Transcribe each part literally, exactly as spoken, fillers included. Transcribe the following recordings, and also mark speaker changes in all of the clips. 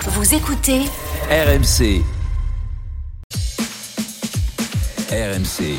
Speaker 1: Vous écoutez
Speaker 2: R M C. R M C.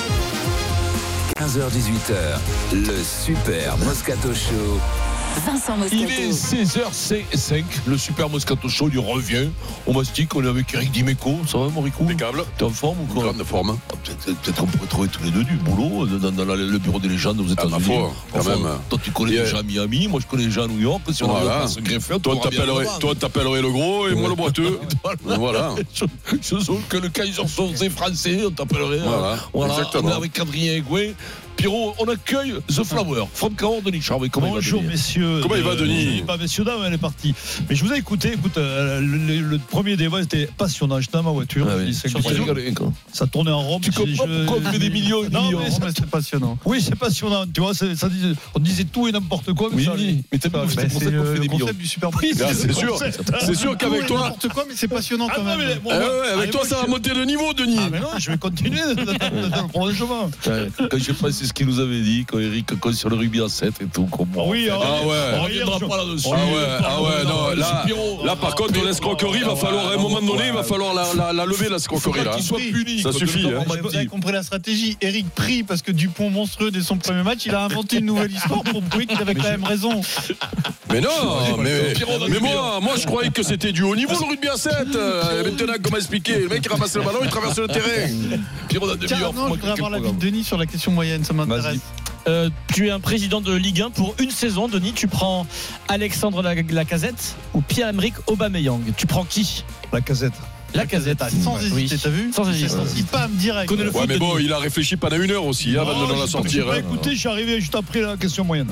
Speaker 2: quinze heures dix-huit heures, le Super Moscato Show.
Speaker 1: Vincent Moscato.
Speaker 3: Il est seize heures cinq, le Super Moscato Show, il revient. On mastique, on est avec Eric Dimeco. Ça va, Morico?
Speaker 4: Impeccable.
Speaker 3: T'es en forme ou quoi?
Speaker 4: Grande forme.
Speaker 3: Ah, peut-être, peut-être qu'on pourrait trouver tous les deux du boulot dans, dans, dans la, le bureau des légendes aux États-Unis.
Speaker 4: Ah, ma foi, quand
Speaker 3: enfin,
Speaker 4: même.
Speaker 3: Toi, tu connais
Speaker 4: Et
Speaker 3: déjà Miami, moi, je connais déjà New York. Si on
Speaker 4: voilà.
Speaker 3: avait pas se greffer, on
Speaker 4: toi, t'appellerais, toi, t'appellerais le gros et moi le boiteux. Voilà.
Speaker 3: Je sais que le Kaiser Soze français, on t'appellerait.
Speaker 4: Voilà.
Speaker 3: Voilà.
Speaker 4: Exactement.
Speaker 3: On est avec Adrien Egoué. Pierrot, on accueille The Flower. From Cahors, Denis Charvet. Comment
Speaker 5: Bonjour
Speaker 3: il va,
Speaker 5: messieurs.
Speaker 4: Comment il va, Denis?
Speaker 5: Pas messieurs, dames, elle est partie. Mais je vous ai écouté. Écoute, euh, le, le, le premier débat était passionnant. J'étais dans ma voiture.
Speaker 3: Ah oui.
Speaker 5: C'est
Speaker 3: Sur
Speaker 5: que-
Speaker 3: les gars,
Speaker 5: ça tournait en rond.
Speaker 3: Tu comprends
Speaker 5: Je-
Speaker 3: pourquoi on fait des millions et des
Speaker 5: Non,
Speaker 3: millions.
Speaker 5: mais c'est-
Speaker 6: c'est passionnant.
Speaker 5: Oui, c'est passionnant. Tu vois, c'est- ça disait- on disait tout et n'importe quoi. Mais
Speaker 3: Oui,
Speaker 5: ça,
Speaker 3: oui. Mais t'as
Speaker 5: ça-
Speaker 3: vu, c'est
Speaker 5: mais
Speaker 3: pour ça
Speaker 5: c'est
Speaker 3: qu'on
Speaker 5: le
Speaker 3: fait des millions.
Speaker 6: concept du Super Bowl.
Speaker 5: Oui,
Speaker 4: Ah,
Speaker 5: le
Speaker 4: c'est sûr.
Speaker 5: concept.
Speaker 4: C'est sûr qu'avec
Speaker 6: Tout et
Speaker 4: toi.
Speaker 6: n'importe quoi, mais c'est passionnant
Speaker 5: Ah
Speaker 6: quand
Speaker 5: non,
Speaker 6: même.
Speaker 5: mais bon,
Speaker 4: Eh
Speaker 5: moi-
Speaker 4: ouais, avec
Speaker 5: allez,
Speaker 4: toi,
Speaker 5: moi,
Speaker 4: ça va
Speaker 5: je-
Speaker 4: monter de niveau, Denis.
Speaker 5: Ah, mais non, je vais continuer franchement.
Speaker 3: Ouais, quand je pense, c'est ce qu'il nous avait dit, quand Eric, quand sur le rugby à sept et tout. Comment
Speaker 5: Oui,
Speaker 4: Ah ouais.
Speaker 3: on reviendra pas là-dessus.
Speaker 4: Ah ouais, ah ouais, non, là, là par contre, l'escroquerie, il va falloir, à un moment donné, il va falloir la, la, la lever, la escroquerie, là.
Speaker 3: Qu'il soit puni.
Speaker 4: Ça
Speaker 3: quoi,
Speaker 4: suffit,
Speaker 3: de-
Speaker 4: hein.
Speaker 3: de-
Speaker 6: Vous avez compris la stratégie. Eric prie parce que Dupont monstrueux dès son premier match, il a inventé une nouvelle histoire pour prouver qu'il avait quand même raison.
Speaker 4: Mais non, mais,
Speaker 3: Pierrot dans
Speaker 4: mais
Speaker 3: le
Speaker 4: moi, moi, je croyais que c'était du haut niveau, le rugby à sept. Euh, Maintenant, comment expliquer? Le mec, il ramasse le ballon, il traverse le terrain.
Speaker 3: Pierrot dans
Speaker 6: Tiens,
Speaker 3: demi-heure.
Speaker 6: non, je voudrais avoir l'avis de Denis sur la question moyenne, ça m'intéresse.
Speaker 5: Vas-y.
Speaker 7: Euh, tu es un président de Ligue un pour une saison, Denis. Tu prends Alexandre Lacazette ou Pierre-Emerick Aubameyang. Tu prends qui?
Speaker 5: La casette.
Speaker 7: Lacazette.
Speaker 6: Sans hésiter,
Speaker 7: Oui.
Speaker 6: t'as vu?
Speaker 7: Sans hésiter.
Speaker 6: Il pas me direct.
Speaker 7: Connais le
Speaker 4: Ouais,
Speaker 7: foot,
Speaker 4: mais bon,
Speaker 7: Denis.
Speaker 4: il a réfléchi pendant une heure aussi, hein, avant de nous la sortir.
Speaker 5: J'ai pas
Speaker 4: hein.
Speaker 5: écouté, je suis arrivé juste après la question moyenne.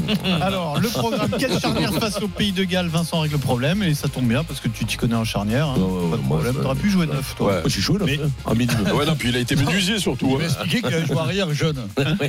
Speaker 6: Alors, le programme, quelle charnière face au Pays de Galles? Vincent règle le problème et ça tombe bien parce que tu t'y connais en charnière. Hein.
Speaker 3: Ouais, ouais,
Speaker 6: Pas de
Speaker 3: ouais,
Speaker 6: problème.
Speaker 3: moi,
Speaker 6: T'aurais pu jouer neuf, toi.
Speaker 4: Ouais.
Speaker 3: Moi, j'ai joué là.
Speaker 5: Mais-
Speaker 3: À midi.
Speaker 4: Ouais, non, puis il a été menuisier surtout.
Speaker 5: Il
Speaker 4: hein.
Speaker 5: m'a expliqué qu'il avait joué arrière jeune.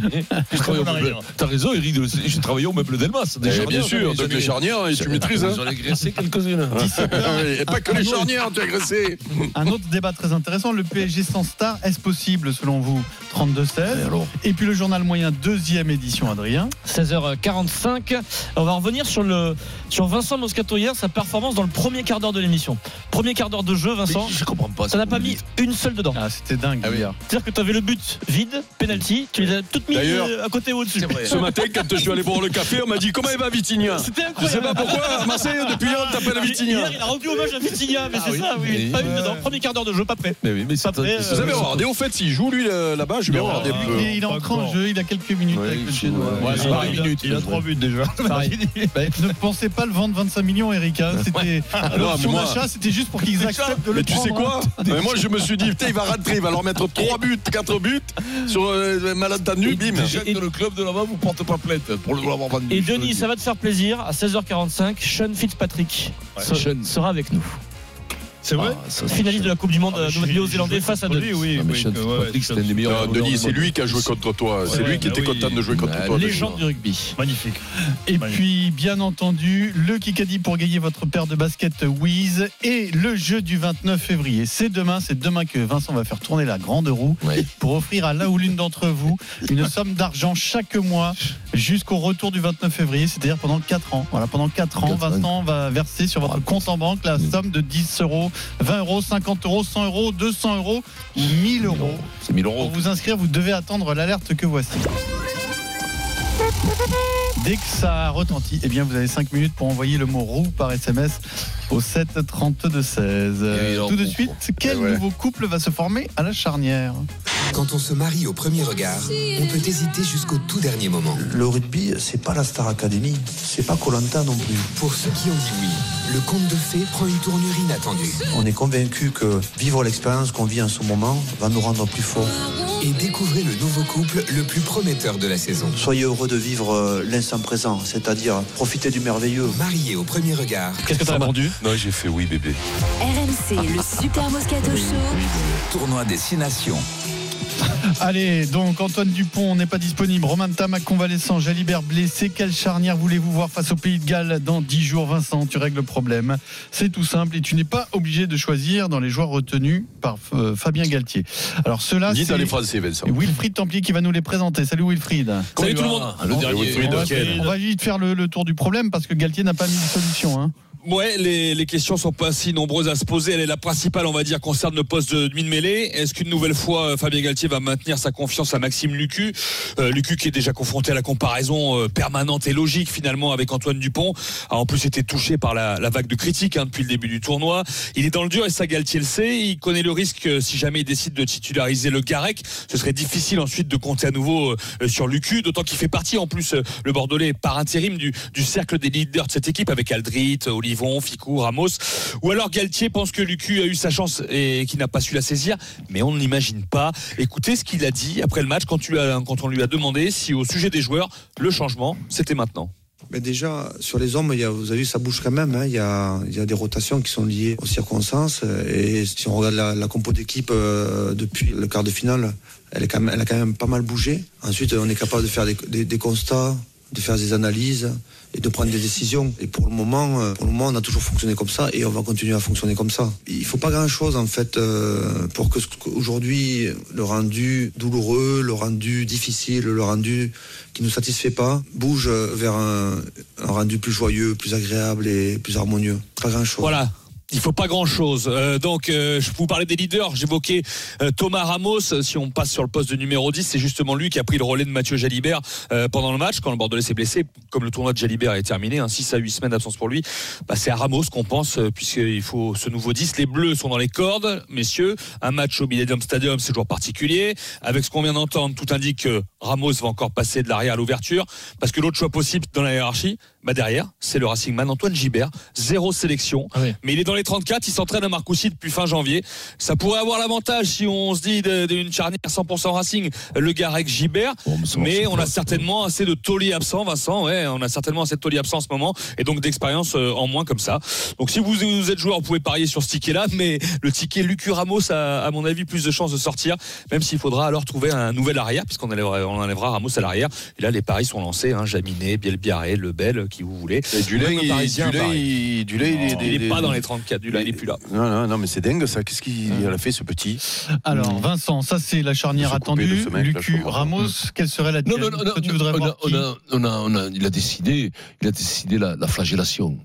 Speaker 3: Je travaille au meuble. T'as raison, Eric. J'ai travaillé au meuble d'Elmas.
Speaker 4: Eh, bien sûr, donc les charnières, et tu maîtrises. Hein.
Speaker 3: J'en ai graissé quelques-unes.
Speaker 4: Et pas que les charnières, tu as agressé.
Speaker 6: Un autre débat très intéressant, le P S G sans star, est-ce possible selon vous? Trente-deux seize. Et puis le journal moyen, deuxième édition, Adrien.
Speaker 7: seize heures quarante-cinq. On va revenir sur, le, sur Vincent Moscato hier, sa performance dans le premier quart d'heure de l'émission. Premier quart d'heure de jeu, Vincent.
Speaker 3: Je comprends pas.
Speaker 7: Ça n'a pas mis une seule dedans.
Speaker 6: Ah, c'était dingue
Speaker 3: Ah oui.
Speaker 6: hier.
Speaker 7: C'est-à-dire que tu avais le but vide, penalty, tu les as toutes mis
Speaker 4: D'ailleurs,
Speaker 7: euh, à côté ou au-dessus.
Speaker 3: C'est vrai.
Speaker 4: Ce matin, quand je suis allé boire le café, on m'a dit comment il va Vitinha?
Speaker 7: C'était
Speaker 4: Je sais
Speaker 7: incroyable.
Speaker 4: pas pourquoi, à Marseille, depuis hier, on t'appelle
Speaker 7: Hier,
Speaker 4: Vitinha.
Speaker 7: il a rendu hommage à Vitinha, mais
Speaker 3: Ah
Speaker 7: c'est
Speaker 3: oui.
Speaker 7: ça, oui.
Speaker 3: Oui.
Speaker 7: Pas une dedans. Premier quart d'heure de jeu, pas prêt.
Speaker 3: Mais oui, mais c'est
Speaker 7: Pas prêt,
Speaker 3: c'est-
Speaker 4: Vous
Speaker 7: euh,
Speaker 4: avez regardé, au fait, s'il joue lui euh, là-bas, je vais
Speaker 5: Non,
Speaker 4: regarder un
Speaker 5: il
Speaker 4: peu.
Speaker 6: Il est, il est
Speaker 5: Pas
Speaker 6: entré en
Speaker 5: encore.
Speaker 6: jeu, il a quelques minutes
Speaker 3: Ouais,
Speaker 6: avec le
Speaker 3: il
Speaker 6: Genoa.
Speaker 3: joue,
Speaker 5: Ouais,
Speaker 3: Ouais,
Speaker 5: il,
Speaker 3: ouais,
Speaker 5: a,
Speaker 3: ouais.
Speaker 5: il, a, il a trois buts déjà.
Speaker 6: Bah, ne pensez pas le vendre vingt-cinq millions, Eric. Hein. C'était
Speaker 4: Non,
Speaker 6: l'option
Speaker 4: mais moi-
Speaker 6: d'achat, c'était juste pour qu'ils acceptent de le
Speaker 4: Mais tu sais
Speaker 6: prendre.
Speaker 4: quoi?
Speaker 6: hein.
Speaker 4: Mais moi je me suis dit, putain, il va rentrer, il va leur mettre trois buts, quatre buts sur euh, malentendu, bim.
Speaker 3: Déjà que le club de là-bas vous porte pas plainte pour le l'avoir vendu.
Speaker 7: Et
Speaker 3: je te le
Speaker 7: Denis,
Speaker 3: dis.
Speaker 7: ça va te faire plaisir. À seize heures quarante-cinq, Sean Fitzpatrick
Speaker 3: Ouais,
Speaker 7: se-
Speaker 3: Sean.
Speaker 7: sera avec nous.
Speaker 5: C'est vrai?
Speaker 3: Ah, ça,
Speaker 7: Finaliste de la Coupe du Monde
Speaker 5: Ah,
Speaker 7: euh,
Speaker 5: j'ai-
Speaker 7: néo-zélandais
Speaker 5: j'ai
Speaker 7: face à
Speaker 5: joué
Speaker 7: Denis.
Speaker 5: contre lui,
Speaker 3: Ah,
Speaker 5: oui,
Speaker 3: mais
Speaker 5: oui,
Speaker 3: Sean
Speaker 5: que- ouais,
Speaker 3: Fitzpatrick,
Speaker 5: Sean-
Speaker 3: c'était un des meilleurs.
Speaker 4: Non, Denis, c'est lui qui a joué contre toi. C'est
Speaker 5: Ouais,
Speaker 4: lui qui
Speaker 5: bah
Speaker 4: était
Speaker 5: oui.
Speaker 4: content de jouer contre
Speaker 3: Ah,
Speaker 4: toi.
Speaker 7: Légende du rugby.
Speaker 5: Magnifique.
Speaker 6: Et
Speaker 5: Magnifique.
Speaker 6: puis, bien entendu, le Kikadi pour gagner votre paire de baskets Wiz et le jeu du vingt-neuf février. C'est demain, c'est demain que Vincent va faire tourner la grande roue
Speaker 3: Ouais.
Speaker 6: pour offrir à l'un ou l'une d'entre vous une somme d'argent chaque mois jusqu'au retour du vingt-neuf février, c'est-à-dire pendant quatre ans. Voilà, pendant quatre ans,
Speaker 3: quatre ans.
Speaker 6: Vincent va verser sur votre compte en banque la somme de dix euros, vingt euros, cinquante euros, cent euros, deux cents euros ou mille euros.
Speaker 3: C'est mille
Speaker 6: Pour
Speaker 3: euros.
Speaker 6: vous inscrire, vous devez attendre l'alerte que voici. Dès que ça retentit, eh bien vous avez cinq minutes pour envoyer le mot roue par S M S au sept trente-deux seize.
Speaker 3: Et alors,
Speaker 6: Tout de
Speaker 3: bon,
Speaker 6: suite, quel
Speaker 4: eh ouais.
Speaker 6: nouveau couple va se former à la charnière?
Speaker 8: Quand on se marie au premier regard, on peut hésiter jusqu'au tout dernier moment.
Speaker 9: Le rugby, c'est pas la Star Academy, c'est pas Koh Lanta non plus.
Speaker 8: Pour ceux qui ont dit oui, le conte de fées prend une tournure inattendue.
Speaker 9: On est convaincu que vivre l'expérience qu'on vit en ce moment va nous rendre plus forts.
Speaker 8: Et découvrez le nouveau couple le plus prometteur de la saison.
Speaker 9: Soyez heureux de vivre euh, l'instant présent, c'est-à-dire profiter du merveilleux.
Speaker 8: Marié au premier regard,
Speaker 7: Qu'est-ce que tu as répondu?
Speaker 4: Non, j'ai fait oui, bébé.
Speaker 1: R M C, le Super Moscato Show.
Speaker 2: Tournoi Destination.
Speaker 6: Allez, donc Antoine Dupont n'est pas disponible, Romain Tamac convalescent, Jalibert blessé. Quelle charnière voulez-vous voir face au Pays de Galles dans dix jours? Vincent, tu règles le problème. C'est tout simple et tu n'es pas obligé de choisir dans les joueurs retenus par euh, Fabien Galtier. Alors ceux-là,
Speaker 4: Dites
Speaker 6: c'est
Speaker 4: à les Français, Vincent.
Speaker 6: Wilfried Templier qui va nous les présenter. Salut Wilfried.
Speaker 3: Salut tout le
Speaker 5: va
Speaker 3: monde. Le
Speaker 6: On-
Speaker 3: dernier.
Speaker 4: Wilfried.
Speaker 6: On va,
Speaker 4: Quel
Speaker 6: on va vite faire le, le tour du problème parce que Galtier n'a pas mis de solution. Hein.
Speaker 10: Ouais, les, les questions sont pas si nombreuses à se poser. Elle est la principale, on va dire, concerne le poste de demi-mêlée. Est-ce qu'une nouvelle fois, Fabien Galtier va maintenir sa confiance à Maxime Lucu euh, Lucu qui est déjà confronté à la comparaison euh, permanente et logique finalement avec Antoine Dupont, a en plus été touché par la, la vague de critiques hein, depuis le début du tournoi. Il est dans le dur et ça Galtier le sait. Il connaît le risque euh, si jamais il décide de titulariser le Garec. Ce serait difficile ensuite de compter à nouveau euh, sur Lucu, d'autant qu'il fait partie en plus euh, le Bordelais par intérim du, du cercle des leaders de cette équipe avec Aldrit, Olivier, Ficou, Ramos, ou alors Galtier pense que Lucu a eu sa chance et qu'il n'a pas su la saisir, mais on ne l'imagine pas. Écoutez ce qu'il a dit après le match quand, tu as, quand on lui a demandé si au sujet des joueurs, le changement, c'était maintenant.
Speaker 9: Mais déjà, sur les hommes, il y a, vous avez vu, ça bouge quand même. Hein. Il, y a, il y a des rotations qui sont liées aux circonstances. Et si on regarde la, la compo d'équipe euh, depuis le quart de finale, elle, est quand même, elle a quand même pas mal bougé. Ensuite, on est capable de faire des, des, des constats, de faire des analyses et de prendre des décisions. Et pour le moment, pour le moment, on a toujours fonctionné comme ça et on va continuer à fonctionner comme ça. Il faut pas grand-chose en fait euh, pour que aujourd'hui le rendu douloureux, le rendu difficile, le rendu qui nous satisfait pas bouge vers un, un rendu plus joyeux, plus agréable et plus harmonieux. Pas grand-chose.
Speaker 10: Voilà. Il faut pas grand-chose. Euh, donc, euh, je vous parlais des leaders. J'évoquais euh, Thomas Ramos. Si on passe sur le poste de numéro dix, c'est justement lui qui a pris le relais de Mathieu Jalibert euh, pendant le match, quand le Bordelais s'est blessé. Comme le tournoi de Jalibert est terminé, hein, six à huit semaines d'absence pour lui, bah, c'est à Ramos qu'on pense, euh, puisqu'il faut ce nouveau dix. Les Bleus sont dans les cordes, messieurs. Un match au Millennium Stadium, c'est toujours particulier. Avec ce qu'on vient d'entendre, tout indique que Ramos va encore passer de l'arrière à l'ouverture, parce que l'autre choix possible dans la hiérarchie, bah derrière, c'est le Racing Man Antoine Gibert. Zéro sélection. Ah oui. Mais il est dans les trente-quatre, il s'entraîne à Marcoussis depuis fin janvier. Ça pourrait avoir l'avantage si on se dit d'une charnière cent pour cent Racing, le Garec Gibert. Bon, mais, mais on a certainement assez de tauliers absents, Vincent. Ouais, on a certainement assez de tauliers absents en ce moment et donc d'expérience en moins comme ça. Donc si vous, vous êtes joueur, vous pouvez parier sur ce ticket-là, mais le ticket Lucu Ramos a, à mon avis, plus de chances de sortir, même s'il faudra alors trouver un nouvel arrière, puisqu'on enlèvera, on enlèvera Ramos à l'arrière. Et là, les paris sont lancés, hein, Jaminet, Bielbiarré, Lebel, qui vous voulez.
Speaker 4: Et Dulay, il, Parisien, Dulay, il, Dulay,
Speaker 10: non, il, est, il est pas dans les trente-quatre. Dulay, il est plus là.
Speaker 4: Non, non, non, mais c'est dingue ça. Qu'est-ce qu'il mmh. a fait ce petit?
Speaker 6: Alors, Vincent, ça c'est la charnière attendue. Lucu, Ramos, mmh. quelle serait la
Speaker 3: non, non, non, non, tu voudrais on, voir a, on, a, on, a, on a, il a décidé, il a décidé la, la flagellation.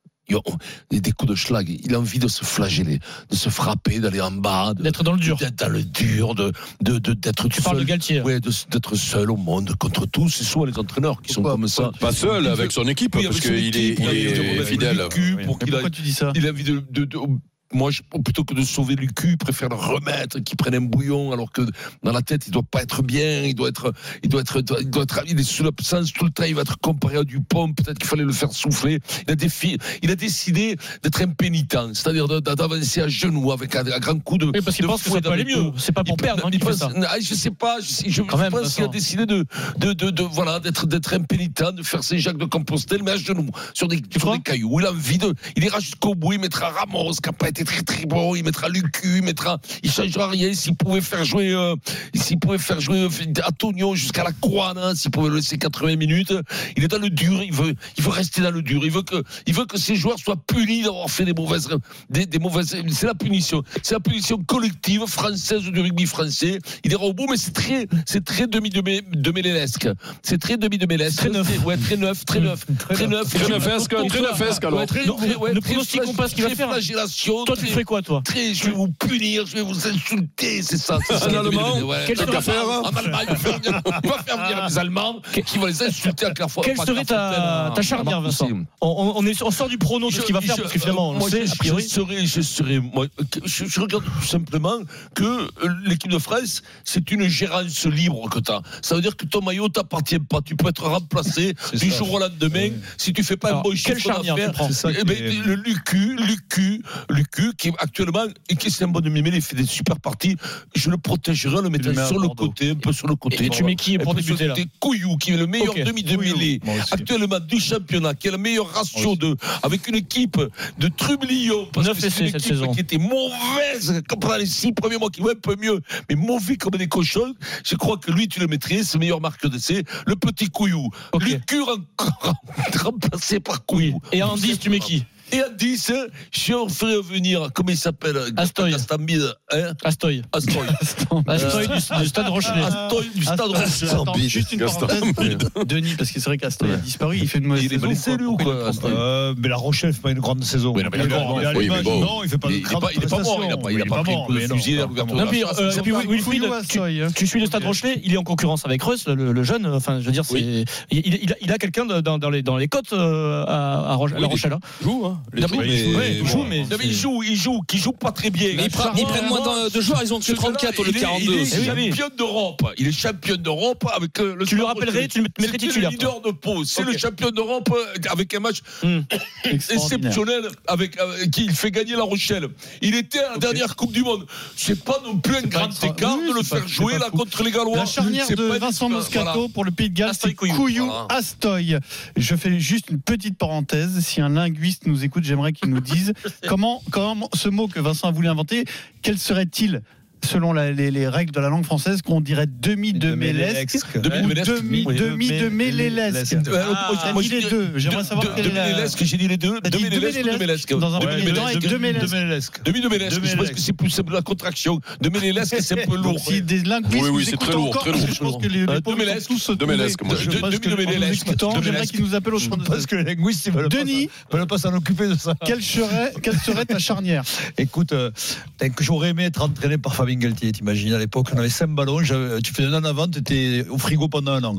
Speaker 3: Des coups de schlag, il a envie de se flageller, de se frapper, d'aller en bas, de,
Speaker 7: d'être dans le dur,
Speaker 3: d'être dans le dur, de, de, de d'être.
Speaker 7: Tu parles de Galtier,
Speaker 3: ouais, de, d'être seul au monde contre tous. C'est souvent les entraîneurs qui Pourquoi sont comme ça.
Speaker 4: Pas seul, avec son équipe, oui, parce qu'il est, il est fidèle.
Speaker 3: Oui. Pour qu'il
Speaker 6: pourquoi a, tu dis ça?
Speaker 3: Il a envie de, de, de moi, je, plutôt que de sauver Lucu, je préfère le remettre, qu'il prenne un bouillon, alors que dans la tête, il doit pas être bien, il doit être, il doit être, il doit être, il est sous l'absence tout le temps, il va être comparé à Dupont, peut-être qu'il fallait le faire souffler. Il a, défi, il a décidé d'être impénitent, c'est-à-dire d'avancer à genoux avec un, un grand coup de.
Speaker 7: Oui, parce qu'il pense que ça peut aller mieux. C'est pas pour il perdre, hein, il pense, fait ça.
Speaker 3: Je sais pas, je, je, je
Speaker 7: même,
Speaker 3: pense qu'il a décidé de, de, de, de voilà, d'être, d'être impénitent, de faire ses Jacques de Compostelle, mais à genoux, sur des, sur des cailloux. Il a envie de, il ira jusqu'au bout, il mettra Ramos, qui n'a pas été très, très bon. Il mettra Lucu, il mettra, il changera rien. S'il pouvait faire jouer, euh, s'il pouvait faire jouer Antonio jusqu'à la croix, hein, s'il pouvait le laisser quatre-vingts minutes, il est dans le dur. Il veut, il veut rester dans le dur. Il veut que, il veut que ces joueurs soient punis d'avoir fait des mauvaises, des, des mauvaises. C'est la punition. C'est la punition collective française du rugby français. Il ira au bout, mais c'est très, c'est très demi de Mélesque. C'est très demi de Mélesque.
Speaker 7: Très neuf.
Speaker 3: Ouais, très neuf, très neuf, très neuf,
Speaker 4: très neufesque, très neufesque alors.
Speaker 7: Le pronostic qu'on passe, qu'il va faire. Toi, tu fais quoi, toi?
Speaker 3: Je vais vous punir, je vais vous insulter, c'est ça. C'est ça.
Speaker 4: En allemand,
Speaker 3: quel serait faire en Allemagne, il va faire venir les Allemands qui vont les insulter à claire fois.
Speaker 7: Quelle serait ta, ta charnière, Vincent? on, on, est, on sort du prono de ce qu'il va faire, parce que finalement,
Speaker 3: moi,
Speaker 7: on sait,
Speaker 3: je, je, serais, je, serais, moi, je, je regarde tout simplement que l'équipe de France, c'est une gérance libre que tu as. Ça veut dire que ton maillot t'appartient pas. Tu peux être remplacé du jour au lendemain si tu fais pas un bon chiffre d'affaires. Le Lucu, Lucu, Lucu, qui actuellement et qui c'est un bon demi-mêlée, il fait des super parties. Je le protégerai en le mettant sur le côté, un peu sur le côté.
Speaker 7: Et tu mets qui pour débuter là?
Speaker 3: Couillou, qui est le meilleur okay. demi de mêlée actuellement du championnat, qui a le meilleur ratio de, avec une équipe de trublions, parce que c'est une équipe saison. qui était mauvaise pendant les six premiers mois, qui va un peu mieux, mais mauvais comme des cochons. Je crois que lui, tu le mettrais, c'est le meilleur marque d'essai, le petit Couillou. Okay. Lucu remplacé par Couillou.
Speaker 7: Et en dix, tu mets qui?
Speaker 3: Et en dix, je ferai venir, comment il s'appelle
Speaker 7: Astoy.
Speaker 3: Astambide, hein
Speaker 7: Astoy.
Speaker 3: Astoy.
Speaker 7: Astoy du, du Stade Rochelet.
Speaker 3: Astoy du Stade Rochelet.
Speaker 6: Attends, juste une parenthèse, Denis, parce que c'est vrai qu'Astoy a disparu, il fait une mauvaise
Speaker 3: Il est
Speaker 6: saison.
Speaker 3: blessé, lui, ou quoi, Astoy
Speaker 5: Euh, mais la Rochelle fait pas une grande saison.
Speaker 3: Oui, non, mais
Speaker 5: Mais
Speaker 3: d'accord,
Speaker 5: bon,
Speaker 3: mais
Speaker 5: à
Speaker 4: oui,
Speaker 5: l'image,
Speaker 4: mais bon.
Speaker 5: non, il fait pas
Speaker 3: Il
Speaker 5: de
Speaker 3: est
Speaker 5: grande
Speaker 3: pas- il est pas mort, il a pas- il a pas pris
Speaker 5: mort,
Speaker 3: le
Speaker 5: mais non,
Speaker 3: fusil à
Speaker 5: quand
Speaker 3: l'ouverture
Speaker 5: même.
Speaker 7: Non, puis, euh, et puis
Speaker 6: Couillou,
Speaker 7: Wilfried,
Speaker 6: Astoy, hein.
Speaker 7: tu, tu suis le Stade Rochelet, il est en concurrence avec Reus, le, le jeune. Enfin, je veux dire, c'est,
Speaker 4: Oui.
Speaker 7: il, il, il a, il a quelqu'un de- dans, dans les dans les côtes euh, à, à, Roche- à La
Speaker 4: Oui,
Speaker 7: Rochelle. hein.
Speaker 4: Joue, hein. Les
Speaker 3: Non,
Speaker 4: trucs,
Speaker 3: mais
Speaker 4: mais-
Speaker 3: il joue,
Speaker 7: ouais, il joue, mais
Speaker 3: Non, mais il joue, il joue, qui joue pas très bien.
Speaker 10: Mais ils prennent, ils prennent moins de, de joueurs, ils ont que trente-quatre au lieu de quarante-deux.
Speaker 3: Il est
Speaker 7: Eh oui, oui.
Speaker 3: champion d'Europe. Il est champion d'Europe avec euh, le.
Speaker 7: Tu le rappellerais, tu le mettrais
Speaker 3: C'était
Speaker 7: titulaire,
Speaker 3: le leader de Pau. C'est
Speaker 7: Ok.
Speaker 3: le champion d'Europe euh, avec un match
Speaker 7: Hum.
Speaker 3: exceptionnel avec euh, qui il fait gagner La Rochelle. Il était à la dernière Coupe du Monde. C'est pas non plus un grand
Speaker 6: extra-
Speaker 3: écart
Speaker 6: oui,
Speaker 3: de le
Speaker 6: c'est pas-
Speaker 3: faire
Speaker 6: c'est
Speaker 3: jouer
Speaker 6: pas
Speaker 3: là
Speaker 6: fou.
Speaker 3: contre les Gallois.
Speaker 6: La charnière
Speaker 3: C'est
Speaker 6: de
Speaker 3: pas
Speaker 6: Vincent
Speaker 3: une-
Speaker 6: Moscato
Speaker 3: voilà.
Speaker 6: pour le Pays de Galles,
Speaker 3: Astoy
Speaker 6: c'est
Speaker 3: Couillou.
Speaker 6: Couillou
Speaker 3: Voilà.
Speaker 6: Astoy. Je fais juste une petite parenthèse. Si un linguiste nous écoute, j'aimerais qu'il nous dise comment, comment ce mot que Vincent a voulu inventer, quel serait-il selon la- les, les règles de la langue française, qu'on dirait demi de mélesque
Speaker 3: Demi de
Speaker 6: ou
Speaker 3: Mélesque.
Speaker 6: demi,
Speaker 5: Oui.
Speaker 6: demi de mélesque.
Speaker 3: Euh, moi,
Speaker 6: T'as
Speaker 3: moi,
Speaker 6: dit
Speaker 3: je
Speaker 6: les
Speaker 3: dis-
Speaker 6: deux. J'aimerais
Speaker 3: de-
Speaker 6: savoir
Speaker 3: de-
Speaker 6: quelle est
Speaker 3: Demi
Speaker 6: la-
Speaker 3: Mélesque, j'ai dit les deux.
Speaker 6: T'as dit
Speaker 3: Demi Mélesque ou
Speaker 6: demi
Speaker 3: de Mélesque.
Speaker 6: dans un
Speaker 3: Demi
Speaker 6: premier temps,
Speaker 3: Mélesque.
Speaker 6: avec deux Mélesques.
Speaker 3: Demi de Mélesque, je pense que c'est plus simple la contraction. De Mélesque, c'est un peu
Speaker 6: Donc,
Speaker 3: lourd.
Speaker 6: si des linguistes
Speaker 4: Oui, oui,
Speaker 6: nous
Speaker 4: c'est
Speaker 6: écoutent
Speaker 4: très lourd,
Speaker 6: encore,
Speaker 4: très lourd.
Speaker 6: je pense que les,
Speaker 3: Euh,
Speaker 6: les
Speaker 3: de
Speaker 6: pauvres
Speaker 3: Mélesque.
Speaker 6: sont tous
Speaker 4: De Mélesque, moi,
Speaker 6: je
Speaker 4: je-
Speaker 3: de-
Speaker 6: pense
Speaker 3: de-
Speaker 6: que
Speaker 3: de
Speaker 6: en nous
Speaker 3: Mélesque.
Speaker 6: écoutant,
Speaker 3: De
Speaker 6: j'aimerais
Speaker 3: Mélesque.
Speaker 6: qu'ils nous appellent au champ de
Speaker 5: Parce que les linguistes, ils veulent pas
Speaker 6: Denis,
Speaker 5: s'en- veulent pas s'en occuper de ça.
Speaker 6: quelle serait, quelle serait ta charnière?
Speaker 5: Écoute, euh, que j'aurais aimé être entraîné par Fabien Galtier, t'imagines, à l'époque, on avait cinq ballons, j'avais- tu faisais un an avant, t'étais au frigo pendant un an.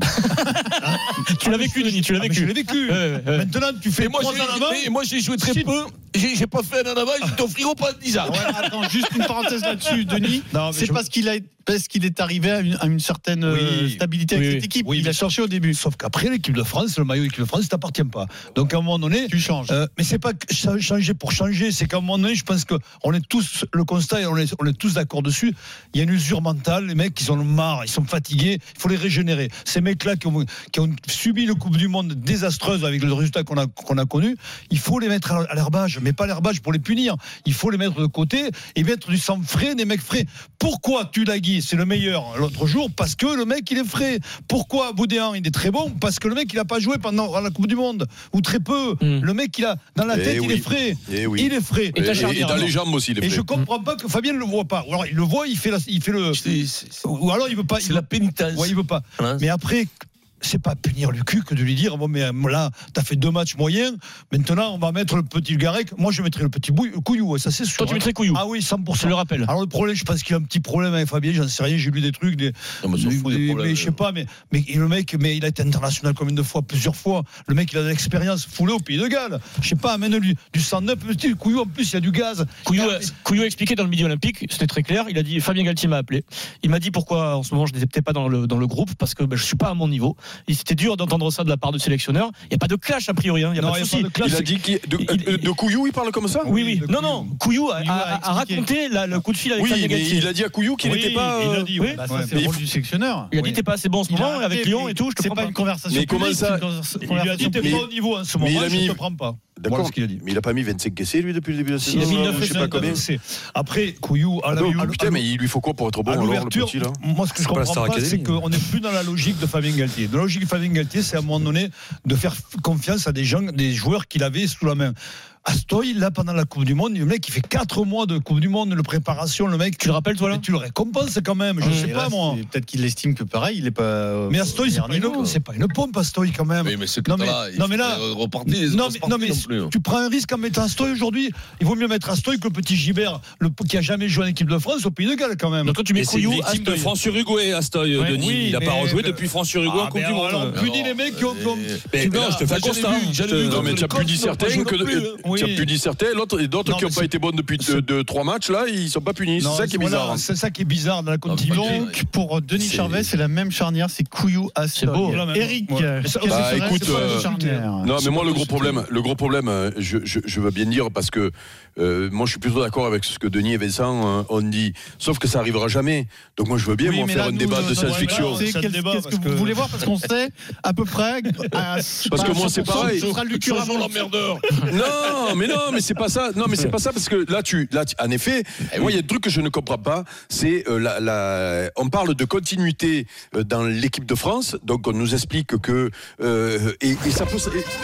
Speaker 7: Tu l'as vécu, Denis, tu l'as
Speaker 5: Ah, mais je
Speaker 7: vécu.
Speaker 5: l'ai vécu.
Speaker 7: Ouais, ouais, ouais.
Speaker 5: Maintenant, tu fais
Speaker 3: Et moi,
Speaker 5: trois
Speaker 3: j'ai-
Speaker 5: ans avant.
Speaker 3: mais moi, j'ai joué très
Speaker 5: Si.
Speaker 3: peu. J'ai j'ai pas fait un an avant, j'étais au frigo pendant dix ans.
Speaker 6: Ouais, attends, juste une parenthèse là-dessus, Denis.
Speaker 5: Non, mais
Speaker 6: C'est
Speaker 5: je-
Speaker 6: parce qu'il a, parce qu'il est arrivé à une, à une certaine euh,
Speaker 5: Oui.
Speaker 6: stabilité avec
Speaker 7: Oui,
Speaker 6: cette
Speaker 7: oui.
Speaker 6: équipe.
Speaker 5: Oui,
Speaker 6: il
Speaker 5: mais
Speaker 6: a cherché au début.
Speaker 5: Sauf qu'après, l'équipe de France, le maillot équipe de France, ça t'appartient pas. Donc, à un moment donné.
Speaker 6: Tu changes.
Speaker 5: Euh, mais c'est pas que cha- changer pour changer, c'est qu'à un moment donné, je pense qu'on est tous, le constat, et on est, on est tous d'accord dessus, il y a une usure mentale, les mecs, ils en ont marre, ils sont fatigués, il faut les régénérer. Ces mecs-là qui ont, qui ont subi une Coupe du Monde désastreuse avec le résultat qu'on a, qu'on a connu, il faut les mettre à, à l'herbage, mais pas à l'herbage pour les punir. Il faut les mettre de côté et mettre du sang frais, des mecs frais. Pourquoi Tulagi, c'est le meilleur l'autre jour? Parce que le mec, il est frais. Pourquoi Boudéan, il est très bon? Parce que le mec, il a pas joué pendant la Coupe du Monde, ou très peu.
Speaker 7: Mm.
Speaker 5: Le mec, il a, dans la
Speaker 4: Eh
Speaker 5: tête, il
Speaker 4: oui.
Speaker 5: est frais.
Speaker 4: Eh oui.
Speaker 5: Il est frais.
Speaker 7: Et ta
Speaker 4: Et,
Speaker 7: charnière,
Speaker 4: et dans
Speaker 7: alors
Speaker 4: les jambes aussi, les
Speaker 5: Et je
Speaker 4: frais.
Speaker 5: comprends pas que Fabien ne le voit pas. Ou alors il le voit, il fait, la, il fait le.
Speaker 3: C'est- c'est-
Speaker 5: Ou alors il veut pas. il
Speaker 3: C'est
Speaker 5: veut-
Speaker 3: la pénitence.
Speaker 5: Ouais, il veut pas.
Speaker 3: Voilà.
Speaker 5: Mais après, c'est pas punir le cul que de lui dire bon, mais euh, là, t'as fait deux matchs moyens. Maintenant, on va mettre le petit Garec. Moi, je mettrais le petit bouille, Couillou, ça c'est sûr.
Speaker 7: Toi, tu
Speaker 5: hein.
Speaker 7: mettrais Couillou.
Speaker 5: Ah oui, cent pour
Speaker 7: Je
Speaker 5: cent.
Speaker 7: le rappelle.
Speaker 5: Alors le problème, je pense qu'il a un petit problème avec Fabien, j'en sais rien, j'ai lu des trucs, des,
Speaker 3: Non, mais on s'en
Speaker 5: des-
Speaker 3: fout des
Speaker 5: des-
Speaker 3: problèmes.
Speaker 5: mais je sais pas, mais, mais le mec, mais il a été international combien de fois, plusieurs fois. Le mec, il a de l'expérience foulée au Pays de Galles. Je sais pas, amène-lui du cent neuf, petit Couillou en plus, il y a du gaz.
Speaker 7: Couillou,
Speaker 5: Il a-
Speaker 7: a- Couillou a expliqué dans le Midi Olympique, c'était très clair. Il a dit, Fabien Galtier m'a appelé. Il m'a dit pourquoi en ce moment je n'étais peut-être pas dans le, dans le groupe, parce que ben, je suis pas à mon niveau. Et c'était dur d'entendre ça de la part de sélectionneur. Il n'y a pas de clash a priori, hein. il n'y a
Speaker 5: Non,
Speaker 7: pas de
Speaker 5: il y a
Speaker 7: souci.
Speaker 5: pas de clash.
Speaker 4: Il a dit qu'il- de,
Speaker 7: Il-
Speaker 4: euh, de Couillou, il parle comme ça?
Speaker 7: Oui, oui.
Speaker 5: de
Speaker 7: Non, non. Couillou a,
Speaker 6: Couillou
Speaker 7: a-
Speaker 6: a
Speaker 7: a
Speaker 6: expliqué.
Speaker 7: raconté la- le coup de fil avec
Speaker 4: Oui,
Speaker 7: Fabien
Speaker 4: mais
Speaker 7: Galtier.
Speaker 4: il a dit à Couillou qu'il
Speaker 5: Oui,
Speaker 4: n'était pas.
Speaker 5: il a
Speaker 4: euh,
Speaker 5: dit,
Speaker 7: oui.
Speaker 5: oui.
Speaker 6: Bah, ça,
Speaker 5: Ouais,
Speaker 6: c'est
Speaker 5: mais
Speaker 6: le
Speaker 5: il
Speaker 6: rôle
Speaker 5: faut-
Speaker 6: du sélectionneur.
Speaker 7: Il a dit t'es pas assez bon en ce
Speaker 6: Il a
Speaker 7: moment
Speaker 6: appelé,
Speaker 7: avec Lyon
Speaker 6: mais
Speaker 7: et tout. Je te
Speaker 6: C'est
Speaker 7: prends
Speaker 6: pas
Speaker 7: pas.
Speaker 6: une conversation.
Speaker 4: Mais comment
Speaker 6: publique,
Speaker 4: ça-
Speaker 6: c'est une
Speaker 5: Il lui a
Speaker 6: conversation
Speaker 5: dit t'es
Speaker 6: publique.
Speaker 5: pas au niveau en ce
Speaker 4: Mais
Speaker 5: moment,
Speaker 4: il a
Speaker 5: je
Speaker 4: mis-
Speaker 5: te prends pas.
Speaker 4: D'accord.
Speaker 5: Voilà ce qu'il a dit.
Speaker 4: Mais il a pas mis vingt-cinq caissés, lui, depuis le début de la
Speaker 7: Il a
Speaker 4: saison.
Speaker 7: mis
Speaker 4: ou
Speaker 7: neuf
Speaker 4: je sais pas combien.
Speaker 5: C'est- Après, Couillou, à la-
Speaker 4: Ah non,
Speaker 5: à-
Speaker 4: putain,
Speaker 5: à-
Speaker 4: mais il lui faut quoi pour être bon
Speaker 5: à
Speaker 4: alors, le
Speaker 5: l'ouverture,
Speaker 4: petit là?
Speaker 5: moi ce que je
Speaker 4: C'est pas la
Speaker 5: comprends
Speaker 4: Star
Speaker 5: pas, c'est
Speaker 4: Academy.
Speaker 5: qu'on n'est plus dans la logique de Fabien Galtier. Dans la logique de Fabien Galtier, c'est à un moment donné de faire confiance à des gens, des joueurs qu'il avait sous la main. Astoy, là, pendant la Coupe du Monde, le mec, il fait quatre mois de Coupe du Monde, de préparation, le mec.
Speaker 7: Tu le rappelles, toi, là
Speaker 5: Mais tu le récompenses quand même, je
Speaker 6: Mmh.
Speaker 5: sais
Speaker 6: Et
Speaker 5: pas
Speaker 6: là,
Speaker 5: moi.
Speaker 6: c'est- Peut-être qu'il estime que pareil, il est pas. euh,
Speaker 5: Mais Astoy, c'est
Speaker 6: meilleur
Speaker 5: pas,
Speaker 6: niveau.
Speaker 5: une, c'est pas une pompe, Astoy, quand même.
Speaker 3: Oui, mais c'est que
Speaker 5: Non, mais-
Speaker 3: là, il
Speaker 5: non, mais
Speaker 3: faut
Speaker 5: là-
Speaker 3: pas repartir, ils
Speaker 5: Non
Speaker 3: vont
Speaker 5: mais,
Speaker 3: se partir
Speaker 5: non, mais
Speaker 3: non plus, hein.
Speaker 5: tu prends un risque en mettant Astoy aujourd'hui. Il vaut mieux mettre Astoy que le petit Gibert, le, qui a jamais joué en équipe de France au Pays de Galles quand même.
Speaker 7: Donc toi tu mets
Speaker 10: Mais c'est une
Speaker 7: Couillou,
Speaker 10: victime de
Speaker 7: Astoy.
Speaker 10: France-Uruguay, Astoy,
Speaker 5: Ouais,
Speaker 10: Denis.
Speaker 5: oui,
Speaker 10: il n'a pas
Speaker 5: mais-
Speaker 10: rejoué depuis France-Uruguay
Speaker 5: Ah,
Speaker 10: en Coupe
Speaker 5: mais
Speaker 10: du
Speaker 5: alors,
Speaker 10: Monde.
Speaker 5: on punit les mecs qui ont. qui ont-
Speaker 10: Mais
Speaker 5: tu
Speaker 10: là,
Speaker 5: vois,
Speaker 10: je te fais un
Speaker 3: j'en ai
Speaker 10: constat.
Speaker 3: vu, j'en ai
Speaker 10: Je te-
Speaker 3: vu
Speaker 4: Non,
Speaker 3: dans
Speaker 4: mais
Speaker 3: les
Speaker 4: tu as plus
Speaker 3: coachs,
Speaker 4: dit
Speaker 3: non,
Speaker 4: certains
Speaker 3: pas joué
Speaker 4: que
Speaker 3: non plus, hein.
Speaker 5: Oui.
Speaker 4: tu as plus dit certains, l'autre et d'autres
Speaker 5: Non,
Speaker 4: qui n'ont
Speaker 5: mais
Speaker 4: pas
Speaker 5: c'est-
Speaker 4: été bons depuis
Speaker 5: c'est-
Speaker 4: deux, deux, trois matchs là, ils sont pas punis.
Speaker 5: Non,
Speaker 4: C'est ça qui est
Speaker 5: voilà,
Speaker 4: bizarre.
Speaker 5: C'est ça qui est bizarre dans la continuité.
Speaker 6: Donc, pour Denis
Speaker 4: C'est-
Speaker 6: Charvet, c'est la même charnière, c'est Couillou Astoy.
Speaker 7: C'est beau.
Speaker 5: La même.
Speaker 6: Eric,
Speaker 5: Ouais.
Speaker 6: quelle
Speaker 5: Bah,
Speaker 6: serait
Speaker 4: écoute,
Speaker 6: cette
Speaker 4: euh,
Speaker 6: charnière?
Speaker 4: Non, mais moi
Speaker 5: pas
Speaker 4: le gros
Speaker 5: possible.
Speaker 4: problème, le gros problème, euh, je, je, je veux bien dire parce que euh, moi je suis plutôt d'accord avec ce que Denis et Vincent euh, ont dit. Sauf que ça arrivera jamais. Donc moi je veux bien
Speaker 6: Oui,
Speaker 4: moi,
Speaker 6: mais
Speaker 4: faire
Speaker 6: là,
Speaker 4: un
Speaker 6: nous,
Speaker 4: débat
Speaker 6: notre-
Speaker 4: de
Speaker 6: notre
Speaker 4: science-fiction.
Speaker 6: débat, c'est
Speaker 5: Ça
Speaker 6: quel-
Speaker 5: débat,
Speaker 6: Qu'est-ce que
Speaker 5: parce
Speaker 6: vous
Speaker 5: que-
Speaker 6: voulez voir? Parce qu'on sait à peu près. à-
Speaker 4: Parce que moi, c'est
Speaker 6: cent pour cent,
Speaker 4: pareil.
Speaker 6: Ce sera Lucu
Speaker 3: Changeons
Speaker 6: Ramon.
Speaker 3: l'emmerdeur.
Speaker 4: Non, mais non, mais c'est pas ça. Non, mais c'est pas ça parce que là, tu, là, tu- en effet, moi, il y a un truc que je ne comprends pas. C'est euh, la, la, on parle de continuité euh, dans l'équipe de France, donc on nous explique que euh, et, et ça peut. et-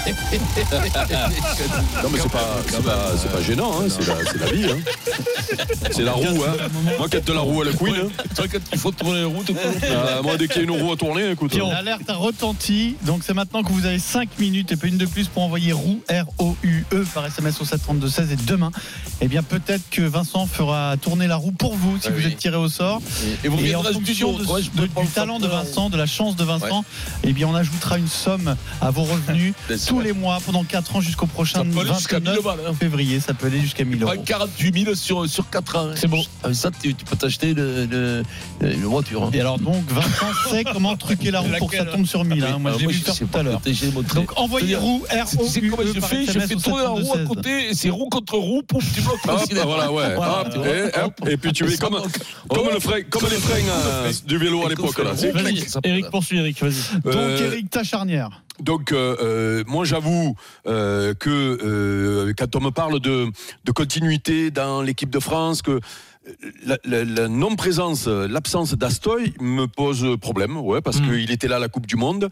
Speaker 4: Non, mais c'est pas, c'est pas, c'est pas gênant, hein, c'est, la, c'est la vie. Hein. C'est la roue. Hein. Moi, quand la roue à la couine. Hein.
Speaker 3: Toi, quand il faut tourner la roue, tu
Speaker 4: euh, moi, dès qu'il y a une roue à tourner, écoute.
Speaker 6: L'alerte a retenti. Donc, c'est maintenant que vous avez cinq minutes et pas une de plus pour envoyer roue, R O U E, par S M S au sept trente-deux seize. Et demain, eh bien, peut-être que Vincent fera tourner la roue pour vous si ah, vous oui. êtes tiré au sort.
Speaker 3: Et, et, vous
Speaker 6: et en fonction de, ouais, de, du talent de Vincent, de la chance de Vincent, ouais. eh bien, on ajoutera une somme à vos revenus tous les mois pendant quatre ans jusqu'au prochain vingt-neuf février. Ça peut aller jusqu'à mille euros.
Speaker 3: quarante-huit mille sur, sur quatre ans.
Speaker 7: C'est bon.
Speaker 3: Avec ça, tu, tu peux t'acheter le, le, le voiture. Hein.
Speaker 6: Et alors, donc, Vincent sait comment truquer la roue pour que ça tombe sur mille. Hein. Moi, je l'ai vu faire tout à l'heure. Donc, envoyez roue, R O U E.
Speaker 3: C'est comment je fais Je fais tourner la roue à côté et c'est roue contre roue. Pouf, tu bloques.
Speaker 4: Voilà, ouais. Et puis, tu mets comme le frein, comme les freins du vélo à l'époque.
Speaker 7: Vas-y, Eric, poursuis, Eric, vas-y.
Speaker 6: Donc, Eric, ta charnière.
Speaker 4: Donc, euh, moi, j'avoue euh, que euh, quand on me parle de, de continuité dans l'équipe de France, que la, la, la non-présence, l'absence d'Astoy me pose problème, ouais, parce mmh. qu'il était là à la Coupe du Monde.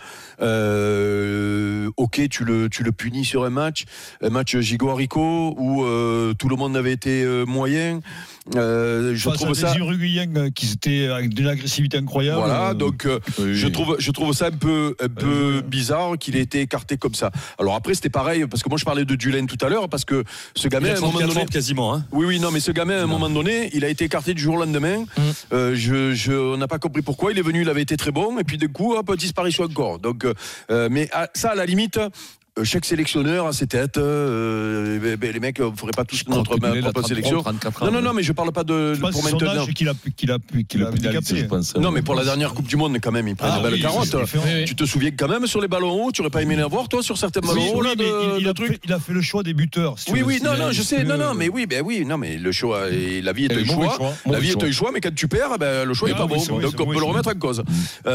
Speaker 4: Euh, ok, tu le, tu le punis sur un match, un match Gigot-Haricot où euh, tout le monde avait été euh, moyen. Euh, je
Speaker 5: enfin,
Speaker 4: trouve ça
Speaker 5: des Uruguayens qui étaient avec de l'agressivité incroyable.
Speaker 4: Voilà, donc euh, oui. je trouve je trouve ça un peu un peu oui. bizarre qu'il ait été écarté comme ça. Alors après c'était pareil parce que moi je parlais de Dulain tout à l'heure parce que ce gamin à un moment donné
Speaker 10: quasiment hein.
Speaker 4: Oui oui non mais ce gamin à un moment donné il a été écarté du jour au lendemain. Mm. Euh, je je on n'a pas compris pourquoi il est venu, il avait été très bon et puis d'un coup hop disparition encore. Donc euh, mais à, ça à la limite. Chaque sélectionneur a ses têtes. Euh, les mecs, on ne ferait pas tous notre propre sélection. Non, non, non, mais je ne parle pas de
Speaker 5: je pense
Speaker 4: pour
Speaker 5: que
Speaker 4: maintenant.
Speaker 5: Son âge qu'il a, qu'il a, qu'il a handicapé.
Speaker 4: Non, mais pour la dernière Coupe du Monde, quand même, il prend ah, une belle oui, carotte.
Speaker 5: Oui.
Speaker 4: Tu te souviens quand même sur les ballons hauts, tu n'aurais pas aimé les voir, toi, sur certains ballons hauts,
Speaker 5: oui,
Speaker 4: là, de,
Speaker 5: il, il,
Speaker 4: de
Speaker 5: a
Speaker 4: trucs.
Speaker 5: fait, il a fait le choix des buteurs. Si
Speaker 4: oui,
Speaker 5: tu
Speaker 4: oui,
Speaker 5: veux,
Speaker 4: non, non, je sais,
Speaker 5: que...
Speaker 4: non, non, mais oui, ben oui, non, mais le choix, et la vie est un choix.
Speaker 5: choix.
Speaker 4: La vie est un choix, mais quand tu perds, ben le choix n'est pas bon. Donc on peut le remettre en cause.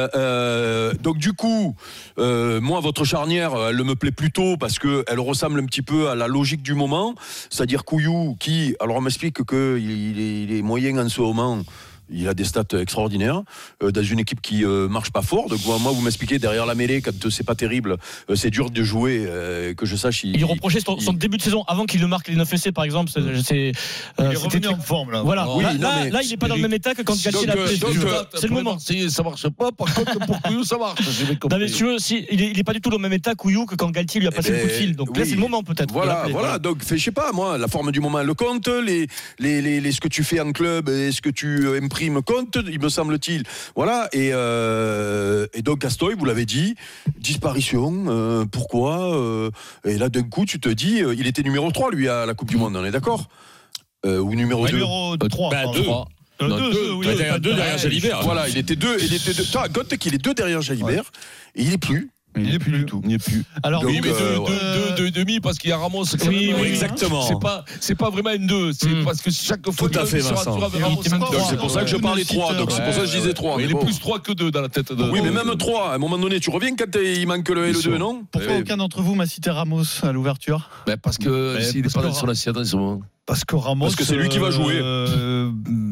Speaker 4: Donc du coup, moi, votre charnière, elle me plaît plutôt parce qu'elle ressemble un petit peu à la logique du moment, c'est-à-dire Couillou qui, alors on m'explique qu'il est, il est moyen en ce moment. Il a des stats extraordinaires euh, dans une équipe qui euh, marche pas fort. Donc moi, vous m'expliquez derrière la mêlée quand c'est pas terrible, euh, c'est dur de jouer. Euh, que je sache. Il,
Speaker 7: il reprochait son, il... son début de saison avant qu'il ne marque les neuf essais, par exemple. C'est, c'est,
Speaker 5: euh, il est revenu en forme là.
Speaker 7: Voilà.
Speaker 4: Oui,
Speaker 7: là,
Speaker 4: non,
Speaker 7: là,
Speaker 4: mais...
Speaker 7: là, il n'est pas dans le même état que quand Galtier l'a appelé. C'est le moment.
Speaker 3: Ça marche pas. Par contre, pour Couillou, ça marche.
Speaker 7: Non, mais si tu veux, si, il est, il est pas du tout dans le même état Couillou que quand Galtier lui a passé eh ben, le coup de fil. Donc oui. Là, c'est le moment peut-être.
Speaker 4: Voilà, voilà. Donc, je sais pas, moi, la forme du moment elle le compte, les, les, les, les, ce que tu fais en club et ce que tu imprimes compte. Il me semble-t-il. Voilà. Et, euh, et donc, Astoy, vous l'avez dit, disparition. Euh, pourquoi euh, Et là, d'un coup, tu te dis, euh, il était numéro trois, lui, à la Coupe du Monde, on est d'accord euh, Ou numéro
Speaker 5: ouais,
Speaker 4: deux
Speaker 5: Numéro trois.
Speaker 10: Bah, deux.
Speaker 7: Euh,
Speaker 10: non,
Speaker 7: deux,
Speaker 10: deux,
Speaker 7: oui,
Speaker 10: deux,
Speaker 7: oui,
Speaker 10: deux, deux derrière Jalibert.
Speaker 4: Voilà, il était deux. Il était deux. Toi, compte qu'il est deux derrière Jalibert. Ouais. Et il n'est plus.
Speaker 5: Il n'est plus du tout.
Speaker 3: Il n'est plus.
Speaker 5: Alors,
Speaker 3: oui, mais deux,
Speaker 4: euh,
Speaker 3: deux,
Speaker 4: ouais.
Speaker 3: deux, deux, deux demi parce qu'il y a Ramos.
Speaker 10: Oui,
Speaker 3: même,
Speaker 10: oui, exactement.
Speaker 3: C'est pas, c'est pas vraiment une deux. C'est mmh. parce que chaque fois.
Speaker 10: Tout à fait, Vincent.
Speaker 3: Ramos,
Speaker 4: donc, c'est pour ça que je parlais trois. Donc c'est pour ça que je disais trois.
Speaker 3: Il est plus trois que deux dans la tête de.
Speaker 4: Oui, mais même trois. À un moment donné, tu reviens quand il manque le un et le deux, non?
Speaker 6: Pourquoi aucun d'entre vous m'a cité Ramos à l'ouverture?
Speaker 3: Parce que s'il n'est pas sur la siade en ce moment.
Speaker 5: Parce que Ramos.
Speaker 4: Parce que c'est lui qui va jouer.
Speaker 5: Euh,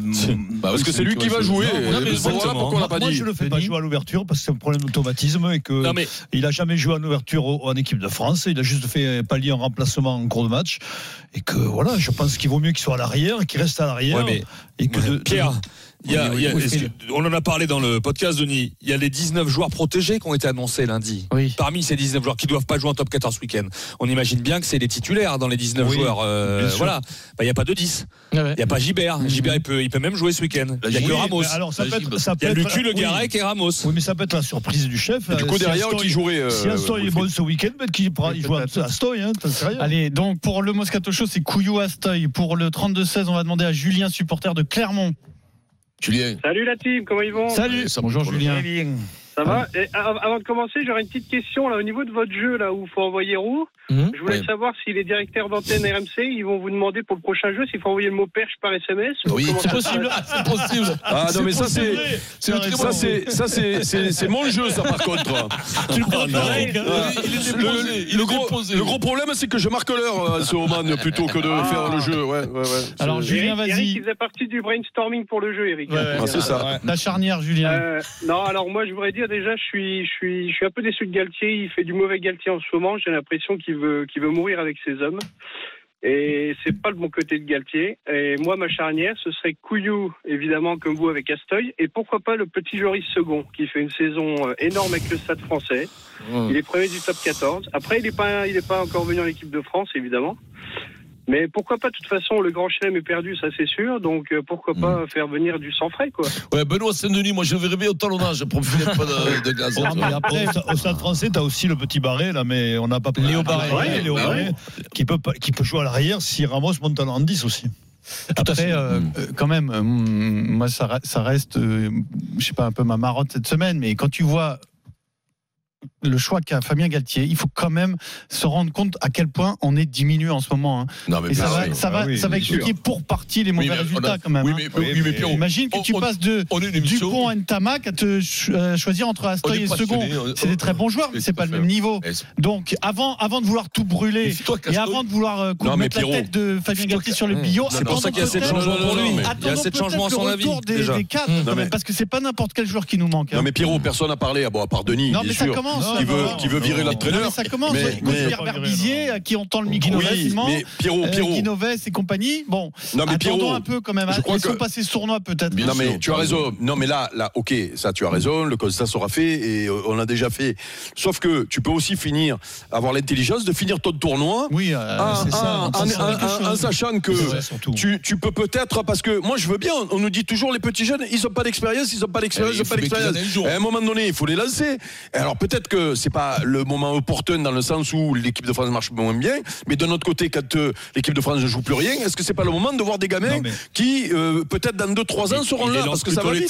Speaker 4: bah parce que c'est lui qui va jouer.
Speaker 5: Non, mais
Speaker 4: voilà pourquoi on n'a pas dit.
Speaker 5: Moi, je le fais pas jouer à l'ouverture parce que c'est un problème d'automatisme et que mais... il a jamais joué en ouverture en équipe de France. Il a juste fait pallier un remplacement en cours de match et que voilà, je pense qu'il vaut mieux qu'il soit à l'arrière, qu'il reste à l'arrière.
Speaker 10: Ouais, mais...
Speaker 5: et que de,
Speaker 10: Pierre.
Speaker 5: De...
Speaker 10: Il y a, il y a, que, on en a parlé dans le podcast, Denis. Il y a les dix-neuf joueurs protégés qui ont été annoncés lundi.
Speaker 7: Oui.
Speaker 10: Parmi ces dix-neuf joueurs qui ne doivent pas jouer en top quatorze week-end, on imagine bien que c'est les titulaires dans les dix-neuf oui, joueurs. Euh, voilà. Bah, il n'y a pas de dix. Il ouais. n'y a pas Gibert. Mmh. Gibert, il peut, il peut même jouer ce week-end. Il n'y a oui, que Ramos.
Speaker 5: Alors, ça peut être, ça
Speaker 10: il y a
Speaker 5: peut
Speaker 10: Lucu,
Speaker 5: être,
Speaker 10: Le Garec oui. et Ramos.
Speaker 5: Oui, mais ça peut être la surprise du chef.
Speaker 4: Et du coup, derrière, si qui jouerait. Euh,
Speaker 5: si Astoy est bon ce week-end, peut-être qu'il joue à Astoy. Hein,
Speaker 6: allez, donc pour le Moscato Show, c'est Couillou Astoy. Pour le trente-deux seize, on va demander à Julien, supporter de Clermont.
Speaker 3: Julien.
Speaker 11: Salut la team, comment ils vont?
Speaker 6: Salut.
Speaker 3: Ça
Speaker 6: bonjour Julien.
Speaker 11: Ça va? Et avant de commencer, j'aurais une petite question là au niveau de votre jeu là où il faut envoyer roue. Mmh. Je voulais ouais. savoir si les directeurs d'antenne R M C ils vont vous demander pour le prochain jeu s'il faut envoyer le mot perche par S M S.
Speaker 3: Oui, c'est possible. C'est possible.
Speaker 4: Ah non mais ça c'est, c'est ça c'est ça c'est c'est c'est mon jeu ça par contre.
Speaker 7: Tu le prends pareil.
Speaker 3: Il est déposé.
Speaker 4: Le gros le gros problème c'est que je marque l'heure à ce moment plutôt que de ah. faire le jeu. Ouais ouais ouais.
Speaker 6: Alors Julien, vas-y.
Speaker 11: Eric, il faisait partie du brainstorming pour le jeu, Eric.
Speaker 4: Ouais, ah, c'est ça.
Speaker 6: La charnière, Julien.
Speaker 11: Euh, non, alors moi je voudrais dire dire déjà, je suis, je suis, je suis un peu déçu de Galtier. Il fait du mauvais Galtier en ce moment. J'ai l'impression qu'il veut, qu'il veut mourir avec ses hommes. Et c'est pas le bon côté de Galtier. Et moi, ma charnière, ce serait Couillou, évidemment, comme vous avec Astoy. Et pourquoi pas le petit Joris Second, qui fait une saison énorme avec le Stade Français. Mmh. Il est premier du top quatorze. Après, il n'est pas, il est pas encore venu en équipe de France, évidemment. Mais pourquoi pas, de toute façon, le Grand Chelem est perdu, ça c'est sûr. Donc euh, pourquoi pas mmh. faire venir du sang frais, quoi.
Speaker 3: Ouais, Benoît Saint-Denis, moi je le verrais bien au talonnage pour me filer pas de, de gaz.
Speaker 5: Oh, mais après, au Stade Français, tu as aussi le petit Barré, là, mais on n'a pas
Speaker 7: Léo Barré,
Speaker 5: ouais, Léo
Speaker 3: bah
Speaker 5: Barré,
Speaker 3: ouais.
Speaker 5: qui, peut, qui peut jouer à l'arrière si Ramos monte en dix aussi.
Speaker 6: Après, euh, quand même, euh, moi, ça, ça reste, euh, je sais pas, un peu ma marotte cette semaine, mais quand tu vois le choix qu'a Fabien Galtier, il faut quand même se rendre compte à quel point on est diminué en ce moment. Hein.
Speaker 3: Non, mais
Speaker 6: et ça
Speaker 3: oui,
Speaker 6: va, ça va,
Speaker 5: ah oui,
Speaker 6: ça va expliquer
Speaker 5: sûr.
Speaker 6: pour partie les mauvais
Speaker 3: oui,
Speaker 6: résultats
Speaker 3: a,
Speaker 6: quand même.
Speaker 3: Oui,
Speaker 6: hein.
Speaker 3: mais, oui, mais, mais Pierrot,
Speaker 6: imagine que tu
Speaker 3: on,
Speaker 6: passes de Dupont à Ntamak à te ch- euh, choisir entre Astoy et Second. C'est des très bons joueurs, mais c'est pas le même niveau. Donc avant, avant de vouloir tout brûler et avant de vouloir euh, non, mettre la tête de Fabien Galtier sur le billot,
Speaker 10: c'est pour ça qu'il y a cette changement pour lui. Il y a cette changement à son avis.
Speaker 6: Des cadres, parce que c'est pas n'importe quel joueur qui nous manque.
Speaker 4: Non mais Pierrot, personne n'a parlé, à part Denis,
Speaker 6: non
Speaker 4: bien
Speaker 6: mais ça
Speaker 4: sûr,
Speaker 6: commence.
Speaker 4: Qui veut virer l'entraîneur.
Speaker 6: Ça commence.
Speaker 4: Mais, mais
Speaker 6: Pierre Berbizier, à qui on tend le micro
Speaker 4: oui,
Speaker 6: facilement,
Speaker 4: mais Pierrot, Pierrot.
Speaker 6: euh, Guinoves et compagnie. Bon,
Speaker 4: non, mais
Speaker 6: attendons
Speaker 4: Pierrot,
Speaker 6: un peu quand même.
Speaker 4: Ils
Speaker 6: sont passés sournois peut-être.
Speaker 4: Non mais sûr, tu as raison. Non mais là, là, ok, ça tu as raison. Le constat sera fait et euh, on l'a déjà fait. Sauf que tu peux aussi finir, avoir l'intelligence de finir ton tournoi.
Speaker 6: Oui, euh,
Speaker 4: en,
Speaker 6: c'est ça.
Speaker 4: En, en, en, en sachant que vrai, tu, tu peux peut-être, parce que moi je veux bien. On nous dit toujours les petits jeunes, ils n'ont pas d'expérience, ils n'ont pas d'expérience, ils n'ont pas d'expérience. À un moment donné, il faut les lancer. Alors peut-être que c'est pas le moment opportun dans le sens où l'équipe de France marche moins bien, mais de notre côté, quand euh, l'équipe de France ne joue plus rien, est-ce que c'est pas le moment de voir des gamins non, mais... qui, euh, peut-être dans deux trois ans, seront là parce que ça va vite.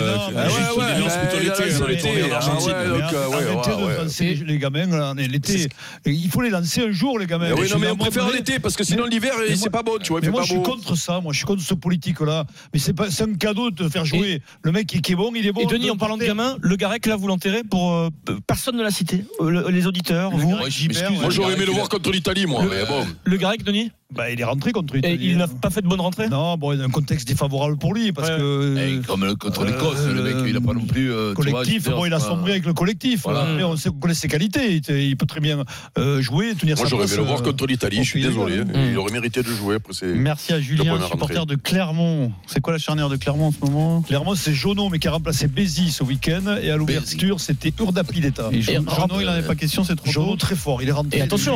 Speaker 5: Les gamins, là, l'été, il faut les lancer un jour, les gamins.
Speaker 4: Oui, non, mais on préfère l'été parce que sinon l'hiver, c'est pas beau, tu vois.
Speaker 5: Moi, je suis contre ça. Moi, je suis contre ce politique-là. Mais c'est pas, c'est un cadeau de faire jouer le mec qui est bon, il est bon.
Speaker 7: Et Denis, en parlant de gamins, le Garec là, vous l'enterrez pour personne ne l'a cité. Les auditeurs, vous.
Speaker 4: Moi, j'aurais aimé le voir contre l'Italie, moi. Mais bon.
Speaker 7: Le Garec, Denis.
Speaker 5: Bah, il est rentré contre l'Italie.
Speaker 7: Et il n'a pas fait de bonne rentrée.
Speaker 5: Non, bon, il y a un contexte défavorable pour lui parce
Speaker 3: ouais.
Speaker 5: que
Speaker 3: et comme le, contre l'Écosse, euh, le mec, il n'a pas non plus euh,
Speaker 5: collectif.
Speaker 3: Tu vois,
Speaker 5: bon, il a sombré avec le collectif. Voilà. Après, on sait qu'on connaît ses qualités. Il, il peut très bien euh, jouer, tenir
Speaker 4: Moi,
Speaker 5: sa place.
Speaker 4: Moi, j'aurais aimé le voir contre l'Italie. Je suis désolé.
Speaker 5: Mmh.
Speaker 4: Il aurait mérité de jouer. Après, c'est
Speaker 6: merci à Julien, supporter de Clermont. C'est quoi la charnière de Clermont en ce moment?
Speaker 5: Clermont, c'est Jono, mais qui a remplacé Bézi ce week-end. Et à l'ouverture, c'était Urdapileta.
Speaker 6: Et Jono, il n'en avait pas question. C'est trop
Speaker 5: Jono très fort. Il est rentré.
Speaker 7: Et attention,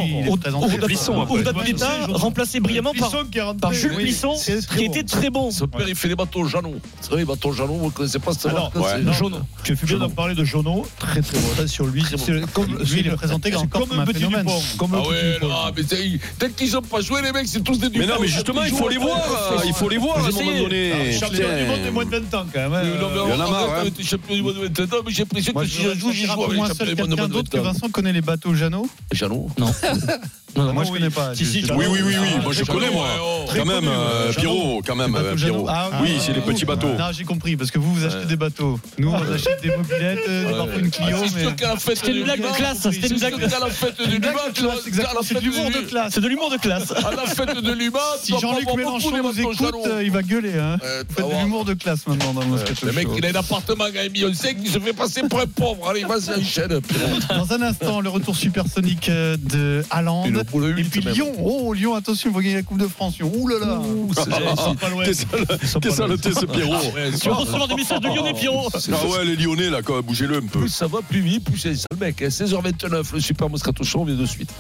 Speaker 7: Urdapileta remplacé brillamment par par Jules oui, Plisson, qui bon. était très bon.
Speaker 3: Son père, il fait des bateaux Jeannot. Vous savez, les bateaux Jeannot, vous ne connaissez pas ce
Speaker 5: Alors, ouais, c'est Jono. Tu fais bien d'en parler de Jono. Très, très bon. Attention, lui, c'est, c'est, comme, lui, c'est, il est présenté comme, comme un petit Dupont. Comme
Speaker 3: ah ouais, non, mais peut-être qu'ils n'ont pas joué, les mecs, c'est tous des Dupont.
Speaker 4: Mais non, mais justement, il faut les voir. Il faut les voir à un moment donné.
Speaker 5: Champion du monde des moins de vingt ans, quand même.
Speaker 4: Il y en a marre.
Speaker 3: Champion du monde de vingt ans, mais j'ai l'impression que si je joue, j'y joue avec
Speaker 6: champion du monde de vingt ans. D'autre que Vincent connaît les bateaux Jeannot.
Speaker 3: Jeannot
Speaker 7: Non.
Speaker 6: Non, moi je connais pas.
Speaker 4: Oui, oui, oui, oui. Moi je connais, moi. Quand même, Pierrot, quand même, Pierrot. Oui, c'est les petits bateaux.
Speaker 6: Non, j'ai compris, parce que vous, vous achetez des bateaux. Nous, on achète des mobilettes, des Harpoon Clio.
Speaker 7: C'était une blague de classe. C'était une blague
Speaker 3: à la fête de l'U M A.
Speaker 6: C'est de l'humour de classe.
Speaker 7: C'est de l'humour de classe.
Speaker 3: À la fête de l'U M A.
Speaker 6: Si Jean-Luc Mélenchon nous écoute, il va gueuler. Faites de l'humour de classe maintenant dans le Moscato Show.
Speaker 3: Le mec, il a un appartement à un million cinq, il se fait passer pour un pauvre. Allez, vas-y, enchaîne.
Speaker 6: Dans un instant, le retour supersonique de Haaland. Et puis Lyon. Oh, Lyon, attention, vous gagnez la Coupe de France. Ouh là là.
Speaker 4: Qu'est-ce que ça le ce Pierrot?
Speaker 7: Tu vas recevoir des messages de Lyonnais, Pierrot.
Speaker 4: Ah ouais, les Lyonnais, là, quoi, bougez-le un peu.
Speaker 3: Plus ça va, plus vite, plus c'est ça, le mec. seize heures vingt-neuf, le Super Moscato Show, on vient de suite.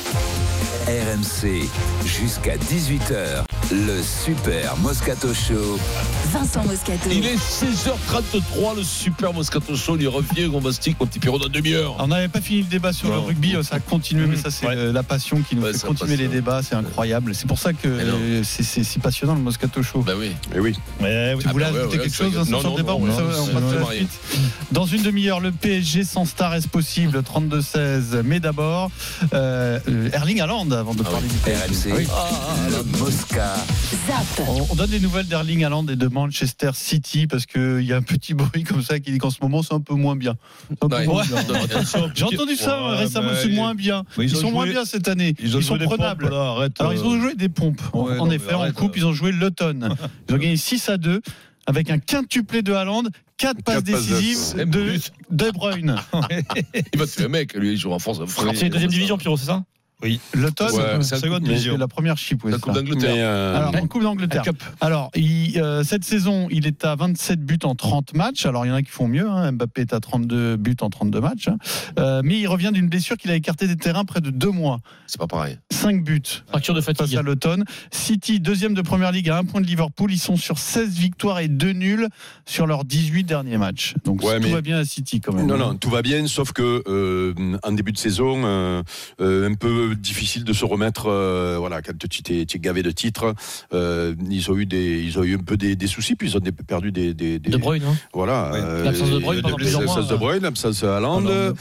Speaker 2: R M C, jusqu'à dix-huit heures, le Super Moscato Show.
Speaker 1: Vincent Moscato.
Speaker 3: Il est seize heures trente-trois, le Super Moscato Show. Il revient, Gombastique, mon petit Pierrot, dans demi-heure.
Speaker 6: On n'avait pas fini le débat sur non. le rugby, ça a continué, mais ça, c'est ouais. la passion qui nous ouais, fait continuer les débats. C'est incroyable. C'est pour ça que euh, c'est, c'est si passionnant, le Moscato Show.
Speaker 3: Bah oui.
Speaker 4: Et oui.
Speaker 6: Ouais, vous ah voulez bah ajouter ouais, quelque ouais, chose dans ce débat? On passe à la suite. Dans une demi-heure, le P S G sans star est possible, trente-deux seize. Mais d'abord, euh, Erling Haaland, avant de ah parler oui. du P S G.
Speaker 2: R M C, oui. ah, le Mosca.
Speaker 6: Zap. On, on donne des nouvelles d'Erling Haaland et de Manchester City parce qu'il y a un petit bruit comme ça qui dit qu'en ce moment c'est un peu moins bien. Un peu ouais. moins bien. J'ai entendu ça ouais, récemment, c'est il... moins bien. Ils, ils sont joué... moins bien cette année. Ils, ils sont prenables. Pompes, là, arrête, Alors euh... ils ont joué des pompes. Ouais, en non, effet, en coupe, ils ont joué Luton. Ils ont gagné six à deux. avec un quintuplé de Haaland, quatre passes
Speaker 4: Quatre passes
Speaker 6: décisives
Speaker 3: de-
Speaker 6: de De Bruyne.
Speaker 3: Il va tuer un mec, lui, il joue en France.
Speaker 7: C'est la deuxième division, Pierrot, c'est ça?
Speaker 5: Oui.
Speaker 6: L'automne,
Speaker 4: Ouais,
Speaker 6: c'est
Speaker 5: c'est la seconde
Speaker 6: c'est
Speaker 5: division.
Speaker 6: la première chip. Oui,
Speaker 3: La
Speaker 6: c'est
Speaker 3: Coupe
Speaker 6: ça.
Speaker 3: d'Angleterre.
Speaker 4: Mais, euh,
Speaker 6: Alors, en Coupe d'Angleterre.
Speaker 7: La Cup.
Speaker 6: Alors, il, euh, cette saison, il est à vingt-sept buts en trente matchs. Alors, il y en a qui font mieux. Hein. Mbappé est à trente-deux buts en trente-deux matchs. Hein. Euh, mais il revient d'une blessure qu'il a écartée des terrains près de deux mois.
Speaker 3: C'est pas pareil.
Speaker 6: cinq buts.
Speaker 7: Fracture de
Speaker 6: Face
Speaker 7: fatigue.
Speaker 6: à l'automne. City, deuxième de première ligue à un point de Liverpool. Ils sont sur seize victoires et deux nuls sur leurs dix-huit derniers matchs. Donc,
Speaker 4: Ouais,
Speaker 6: tout
Speaker 4: mais-
Speaker 6: va bien à City quand même.
Speaker 4: Non, non, tout va bien, sauf que euh, en début de saison, euh, euh, un peu difficile de se remettre. Euh, voilà, quand tu t'es, tu es gavé de titres, euh, ils ont eu des, ils ont eu un peu des, des soucis, puis ils ont des- perdu des, des, des
Speaker 7: De Bruyne, hein.
Speaker 4: Voilà,
Speaker 5: Ouais.
Speaker 4: euh,
Speaker 7: L'absence de Bruyne pendant plusieurs mois.
Speaker 4: l'absence de Bruyne, l'absence de Haaland,
Speaker 5: Haaland.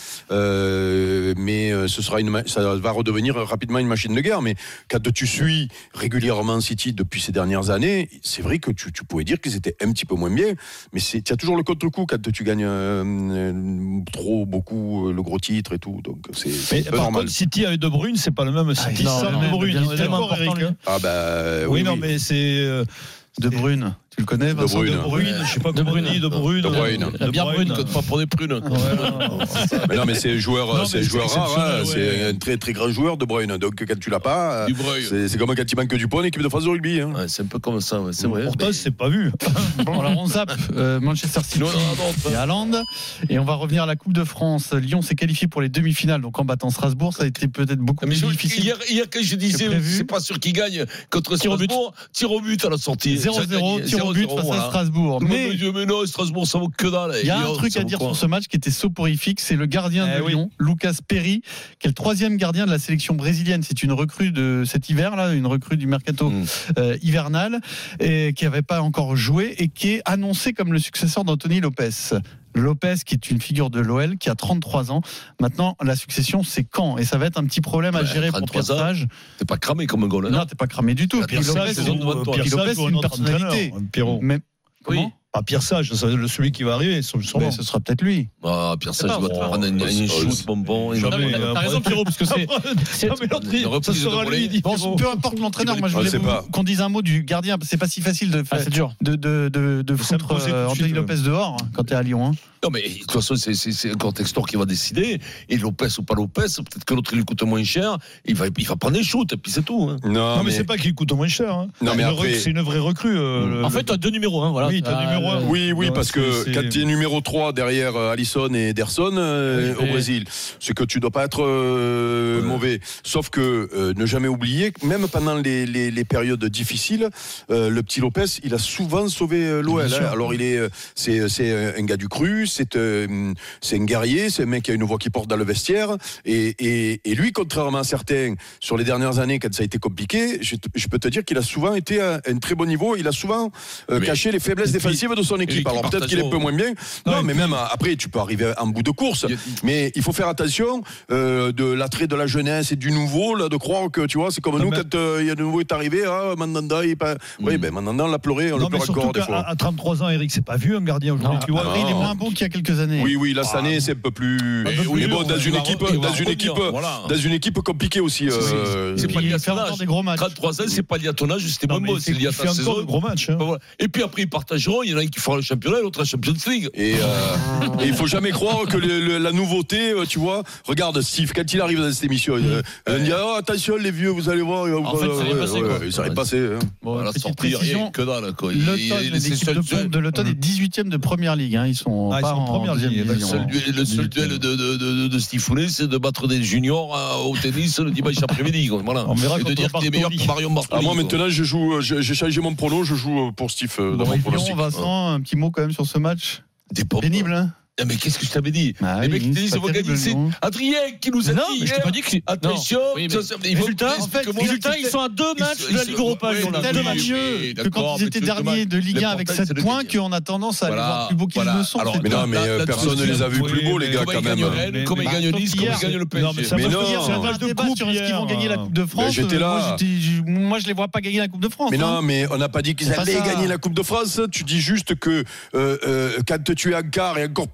Speaker 4: euh, mais euh, ce sera une, ma- ça va redevenir rapidement une machine de guerre. Mais quand tu suis régulièrement City depuis ces dernières années, c'est vrai que tu, tu pouvais dire qu'ils étaient un petit peu moins bien, mais c'est, tu as toujours le contre-coup quand tu gagnes euh, euh, trop, beaucoup, euh, le gros titre et tout. Donc c'est, c'est
Speaker 5: Mais
Speaker 4: un peu
Speaker 5: par
Speaker 4: normal.
Speaker 5: contre, City avec De Bruyne, c'est pas le même City
Speaker 6: non,
Speaker 5: sans
Speaker 6: non,
Speaker 5: De
Speaker 6: non,
Speaker 5: Bruyne.
Speaker 6: bien
Speaker 5: On est
Speaker 6: sûr.
Speaker 5: d'accord,
Speaker 7: Important,
Speaker 5: Eric.
Speaker 7: lui.
Speaker 4: Ah bah
Speaker 5: Oui,
Speaker 4: oui,
Speaker 5: non,
Speaker 4: oui.
Speaker 5: mais c'est. euh,
Speaker 6: De Bruyne. Tu le connais, Vincent
Speaker 4: Bruyne.
Speaker 5: De Bruyne, je sais pas
Speaker 7: De
Speaker 5: comment on
Speaker 7: Bruyne.
Speaker 5: dit, De Bruyne.
Speaker 4: De Bruyne.
Speaker 5: De
Speaker 7: La bière
Speaker 5: Bruyne.
Speaker 7: brune.
Speaker 3: Quand pas pour des prunes.
Speaker 5: Ouais, non, non.
Speaker 4: Mais non, mais c'est un joueur,
Speaker 5: Non,
Speaker 4: c'est
Speaker 5: mais
Speaker 4: un joueur
Speaker 5: c'est
Speaker 4: rare, hein,
Speaker 5: exceptionnel,
Speaker 4: c'est
Speaker 5: ouais.
Speaker 4: un très très grand joueur De Bruyne. Donc quand tu l'as pas,
Speaker 3: Du Bruyne.
Speaker 4: c'est, c'est comme quand il manque du point en équipe de France de rugby. Hein.
Speaker 3: Ouais, c'est un peu comme ça, ouais, c'est vrai.
Speaker 5: Pourtant,
Speaker 3: Mais-
Speaker 5: c'est pas vu.
Speaker 6: Bon, alors on zappe euh, Manchester City
Speaker 3: Non, non, non,
Speaker 6: et Haaland. Et on va revenir à la Coupe de France. Lyon s'est qualifié pour les demi-finales, donc en battant Strasbourg, ça a été peut-être beaucoup
Speaker 3: Mais
Speaker 6: plus
Speaker 3: je-
Speaker 6: difficile.
Speaker 3: hier, hier, quand je disais,
Speaker 6: prévu.
Speaker 3: c'est pas sûr qu'il gagne contre
Speaker 7: Tir au but.
Speaker 3: Strasbourg, tir au but à la sortie.
Speaker 6: zéro zéro,
Speaker 3: Ça,
Speaker 6: tir au but
Speaker 3: zéro zéro,
Speaker 6: face à
Speaker 3: voilà.
Speaker 6: Strasbourg.
Speaker 3: Tout le monde
Speaker 6: Mais
Speaker 3: me dit, mais non, Strasbourg, ça vaut que dalle.
Speaker 6: il y a un
Speaker 3: Lyon,
Speaker 6: truc
Speaker 3: ça
Speaker 6: à
Speaker 3: vaut
Speaker 6: dire
Speaker 3: quoi
Speaker 6: sur ce match qui était soporifique, c'est le gardien
Speaker 7: Eh
Speaker 6: de
Speaker 7: oui.
Speaker 6: Lyon, Lucas Perry, qui est le troisième gardien de la sélection brésilienne. C'est une recrue de cet hiver, là, une recrue du mercato
Speaker 3: Mm.
Speaker 6: euh, hivernal, et qui n'avait pas encore joué et qui est annoncé comme le successeur d'Anthony Lopez. Lopez, qui est une figure de l'O L, qui a trente-trois ans. Maintenant, la succession, c'est quand? Et ça va être un petit problème à
Speaker 3: Ouais,
Speaker 6: gérer pour Pierre
Speaker 3: trente-trois ans.
Speaker 6: Sage.
Speaker 3: T'es pas cramé comme un goal.
Speaker 6: Non, t'es pas cramé du tout.
Speaker 3: Ah,
Speaker 6: Puis
Speaker 3: Pierre
Speaker 6: Lopez,
Speaker 3: Sage,
Speaker 6: c'est
Speaker 3: c'est devant toi.
Speaker 6: Puis
Speaker 5: Pierre
Speaker 6: Lopez,
Speaker 5: Sage,
Speaker 6: c'est une
Speaker 5: notre
Speaker 6: personnalité.
Speaker 5: entraîneur, Pierrot.
Speaker 6: Mais,
Speaker 3: Oui.
Speaker 6: comment
Speaker 5: Pas Pierre Sage, c'est le- celui qui va arriver. son- son
Speaker 6: Mais
Speaker 5: nom.
Speaker 6: ce sera peut-être lui.
Speaker 3: Ah, Pierre Sage
Speaker 7: pas,
Speaker 3: doit te
Speaker 7: bon,
Speaker 3: prendre une,
Speaker 4: oh,
Speaker 3: une
Speaker 4: oh,
Speaker 3: shoot bonbon.
Speaker 5: jamais,
Speaker 7: Non, mais
Speaker 5: euh,
Speaker 7: T'as raison, Pierrot, parce que c'est. c'est-
Speaker 5: Non, mais l'autre,
Speaker 3: Une reprise
Speaker 5: ça
Speaker 3: de
Speaker 5: sera
Speaker 3: volée.
Speaker 5: lui, dit
Speaker 6: Bon,
Speaker 5: Pierrot.
Speaker 6: peu importe l'entraîneur, moi je
Speaker 4: Ah,
Speaker 6: voulais
Speaker 4: c'est
Speaker 6: vous-
Speaker 4: pas.
Speaker 6: qu'on dise un mot du gardien. C'est pas si facile de
Speaker 7: Ah,
Speaker 6: faire
Speaker 7: c'est dur.
Speaker 6: de, de, de, de
Speaker 5: Ça me
Speaker 6: foutre
Speaker 5: posait tout de
Speaker 6: euh, Anthony
Speaker 5: suite,
Speaker 6: Lopez dehors hein, quand t'es à Lyon. Hein.
Speaker 3: Non, mais de toute façon, c'est, c'est, c'est encore Textor qui va décider. Et Lopez ou pas Lopez, peut-être que l'autre, il lui coûte moins cher. Il va, il va prendre des shoots, et puis c'est tout. Hein.
Speaker 4: Non,
Speaker 5: Non, mais c'est pas qu'il coûte moins cher. hein.
Speaker 4: Non, mais
Speaker 5: Une
Speaker 4: après-
Speaker 5: rec- C'est une vraie recrue. euh, le-
Speaker 7: En fait, t'as deux numéros, hein, voilà.
Speaker 5: Oui, t'as numéro un.
Speaker 4: Oui, oui,
Speaker 5: Ouais,
Speaker 4: parce que
Speaker 5: c'est-
Speaker 4: quand
Speaker 5: c'est-
Speaker 4: tu es numéro trois derrière euh, Alisson et Ederson euh,
Speaker 7: Oui,
Speaker 4: au
Speaker 7: mais-
Speaker 4: Brésil, c'est que tu dois pas être euh,
Speaker 3: Ouais.
Speaker 4: mauvais. Sauf que euh, ne jamais oublier, que même pendant les, les, les périodes difficiles, euh, le petit Lopez, il a souvent sauvé euh, l'O L.
Speaker 5: Bien
Speaker 4: hein.
Speaker 5: sûr.
Speaker 4: Alors il est, euh, c'est, c'est un gars du cru, c'est, euh, c'est un guerrier, c'est un mec qui a une voix qui porte dans le vestiaire. Et, et, et lui, contrairement à certains, sur les dernières années, quand ça a été compliqué, je, te- je peux te dire qu'il a souvent été à un très bon niveau. Il a souvent euh,
Speaker 3: Mais-
Speaker 4: caché les faiblesses
Speaker 3: et puis-
Speaker 4: défensives de son
Speaker 3: et
Speaker 4: équipe.
Speaker 3: puis
Speaker 4: Alors peut-être qu'il est un peu moins bien. Non,
Speaker 5: Non, et
Speaker 4: mais
Speaker 5: puis-
Speaker 4: même euh, après, tu peux arriver en bout de course.
Speaker 3: Il y a-
Speaker 4: Mais il faut faire attention euh, de l'attrait de la jeunesse et du nouveau, là, de croire que tu vois, c'est comme
Speaker 5: Non,
Speaker 4: nous
Speaker 5: mais-
Speaker 4: quand euh, il y a de nouveau est arrivé. Ah, Mandanda, il est pas. Oui,
Speaker 3: Mm.
Speaker 4: ben Mandanda, on l'a pleuré, on
Speaker 5: Non,
Speaker 4: le
Speaker 5: mais
Speaker 4: pleure
Speaker 5: surtout
Speaker 4: encore des
Speaker 5: qu'à
Speaker 4: fois.
Speaker 5: à trente-trois ans, Eric, c'est pas vu un gardien aujourd'hui.
Speaker 7: Non.
Speaker 5: Tu vois,
Speaker 4: Ah,
Speaker 6: Après, il est
Speaker 4: non.
Speaker 6: moins bon qu'il y a quelques années.
Speaker 4: Oui, oui, là, cette année, c'est un peu plus.
Speaker 3: Mais
Speaker 4: Mais
Speaker 3: oui,
Speaker 4: bon,
Speaker 3: on
Speaker 4: dans
Speaker 3: va-
Speaker 4: une
Speaker 3: il va
Speaker 4: équipe,
Speaker 3: re- il va
Speaker 4: dans une
Speaker 3: revenir,
Speaker 4: équipe,
Speaker 3: voilà.
Speaker 4: dans une équipe compliquée aussi. euh,
Speaker 3: C'est
Speaker 6: Et
Speaker 3: pas
Speaker 6: puis,
Speaker 3: lié à
Speaker 6: il fait
Speaker 3: son
Speaker 6: encore
Speaker 3: âge.
Speaker 6: des gros matchs.
Speaker 3: trente-trois ans, c'est pas lié à ton âge, c'était
Speaker 5: Non,
Speaker 3: moins
Speaker 5: mais
Speaker 3: bon,
Speaker 5: il
Speaker 3: c'est
Speaker 5: fait-
Speaker 3: lié à
Speaker 5: il fait
Speaker 3: ta
Speaker 5: encore
Speaker 3: saison.
Speaker 5: de gros matchs. hein.
Speaker 3: Voilà. Et puis après, ils partageront. Il y en a un qui fera le championnat, l'autre la Champions League.
Speaker 4: Et, euh, et il faut jamais croire que le- le- la nouveauté, euh, tu vois. Regarde Steve, quand il arrive dans cette émission, il, euh, il dit oh, attention les vieux, vous allez voir.
Speaker 7: En fait, ça allait passer, quoi.
Speaker 4: Ça allait passer. hein.
Speaker 6: Bon,
Speaker 3: Voilà,
Speaker 6: petite
Speaker 3: sortir,
Speaker 6: précision.
Speaker 3: rien que dalle, quoi. Il- il-
Speaker 6: L'automne,
Speaker 3: il-
Speaker 6: l'équipe
Speaker 3: c'est
Speaker 6: de
Speaker 3: seul-
Speaker 6: Pont de l'automne est dix-huitième de première ligue. Hein. Ils sont
Speaker 5: Ah, ils
Speaker 6: pas
Speaker 5: sont en
Speaker 6: en
Speaker 5: première
Speaker 6: deuxième
Speaker 5: ligue,
Speaker 3: Le
Speaker 6: division.
Speaker 3: seul, duel, le seul duel de, de, de, de Steve Foulet, c'est de battre des juniors euh, au tennis le dimanche après-midi. quoi. Voilà.
Speaker 5: On verra
Speaker 3: Et de
Speaker 5: contre
Speaker 3: dire qu'il est meilleur que
Speaker 5: Bartoli.
Speaker 3: Marion
Speaker 4: Ah,
Speaker 3: Bartoli.
Speaker 4: moi
Speaker 3: quoi.
Speaker 4: maintenant, je joue, euh, j'ai j'ai changé mon prono, je joue euh, pour Steve euh, dans
Speaker 6: Bon,
Speaker 4: mon
Speaker 6: et
Speaker 4: pronostic.
Speaker 6: Lyon, Vincent, un petit mot quand même sur ce match.
Speaker 3: T'es pas
Speaker 6: Pénible, hein
Speaker 3: Ah, mais qu'est-ce que je t'avais dit
Speaker 6: Bah
Speaker 3: Les
Speaker 6: oui,
Speaker 3: mecs qui te
Speaker 6: c'est
Speaker 3: disent
Speaker 6: pas
Speaker 3: ils vont
Speaker 6: terrible,
Speaker 3: gagner, c'est
Speaker 6: Lyon.
Speaker 3: Adrien qui nous a
Speaker 7: Non,
Speaker 3: dit
Speaker 7: mais je t'ai
Speaker 3: hier,
Speaker 7: pas dit que c'est.
Speaker 3: attention,
Speaker 7: Non. Oui, mais-
Speaker 3: ça, ça- il faut-
Speaker 7: Résultat,
Speaker 3: explique-moi
Speaker 6: en fait,
Speaker 3: ce
Speaker 7: Résultat,
Speaker 3: qui
Speaker 7: ils sont à deux
Speaker 3: Ils
Speaker 7: matchs
Speaker 3: sont-
Speaker 7: de la
Speaker 3: ils
Speaker 7: Ligue
Speaker 3: sont-
Speaker 7: Europa.
Speaker 3: ouais,
Speaker 7: Lyon, là.
Speaker 3: oui,
Speaker 6: tellement
Speaker 7: Deux matchs.
Speaker 3: oui,
Speaker 6: mieux que
Speaker 3: d'accord,
Speaker 6: quand ils
Speaker 3: mais
Speaker 6: étaient
Speaker 3: tu-
Speaker 6: derniers de Ligue un avec
Speaker 3: l'important, c'est
Speaker 6: sept
Speaker 3: de
Speaker 6: points,
Speaker 3: gagner.
Speaker 6: qu'on a tendance à aller
Speaker 3: Voilà,
Speaker 6: voir plus beau qu'ils
Speaker 3: voilà.
Speaker 6: ne sont.
Speaker 3: Alors,
Speaker 6: c'est
Speaker 4: Mais
Speaker 6: tout.
Speaker 4: non, mais
Speaker 3: Là-
Speaker 4: euh,
Speaker 3: là-
Speaker 4: personne ne
Speaker 3: là-dessus,
Speaker 4: les a vus
Speaker 5: oui,
Speaker 4: plus beaux,
Speaker 5: mais
Speaker 4: les gars,
Speaker 3: Comment
Speaker 4: quand
Speaker 3: ils gagnent
Speaker 4: même.
Speaker 3: Rennes,
Speaker 5: Mais-
Speaker 3: comment ils
Speaker 6: bah,
Speaker 3: gagnent
Speaker 6: sauf
Speaker 3: Nice, comment
Speaker 6: hier,
Speaker 3: ils gagnent le
Speaker 5: Non, mais
Speaker 3: P S G.
Speaker 5: ça
Speaker 4: Mais
Speaker 5: va
Speaker 4: non.
Speaker 5: pas dire, c'est un
Speaker 6: C'est un
Speaker 5: match de
Speaker 6: débat
Speaker 5: coupe
Speaker 6: sur est-ce qu'ils
Speaker 5: hier.
Speaker 6: vont gagner la Coupe de France.
Speaker 4: j'étais là.
Speaker 6: Moi, j'étais- je- moi, je les vois pas gagner la Coupe de France.
Speaker 4: Mais
Speaker 6: hein.
Speaker 4: non, mais on n'a pas dit qu'ils
Speaker 6: C'est pas
Speaker 4: allaient
Speaker 6: ça.
Speaker 4: gagner la Coupe de France. Tu dis juste que euh, euh, quand tu es en quart et encore plus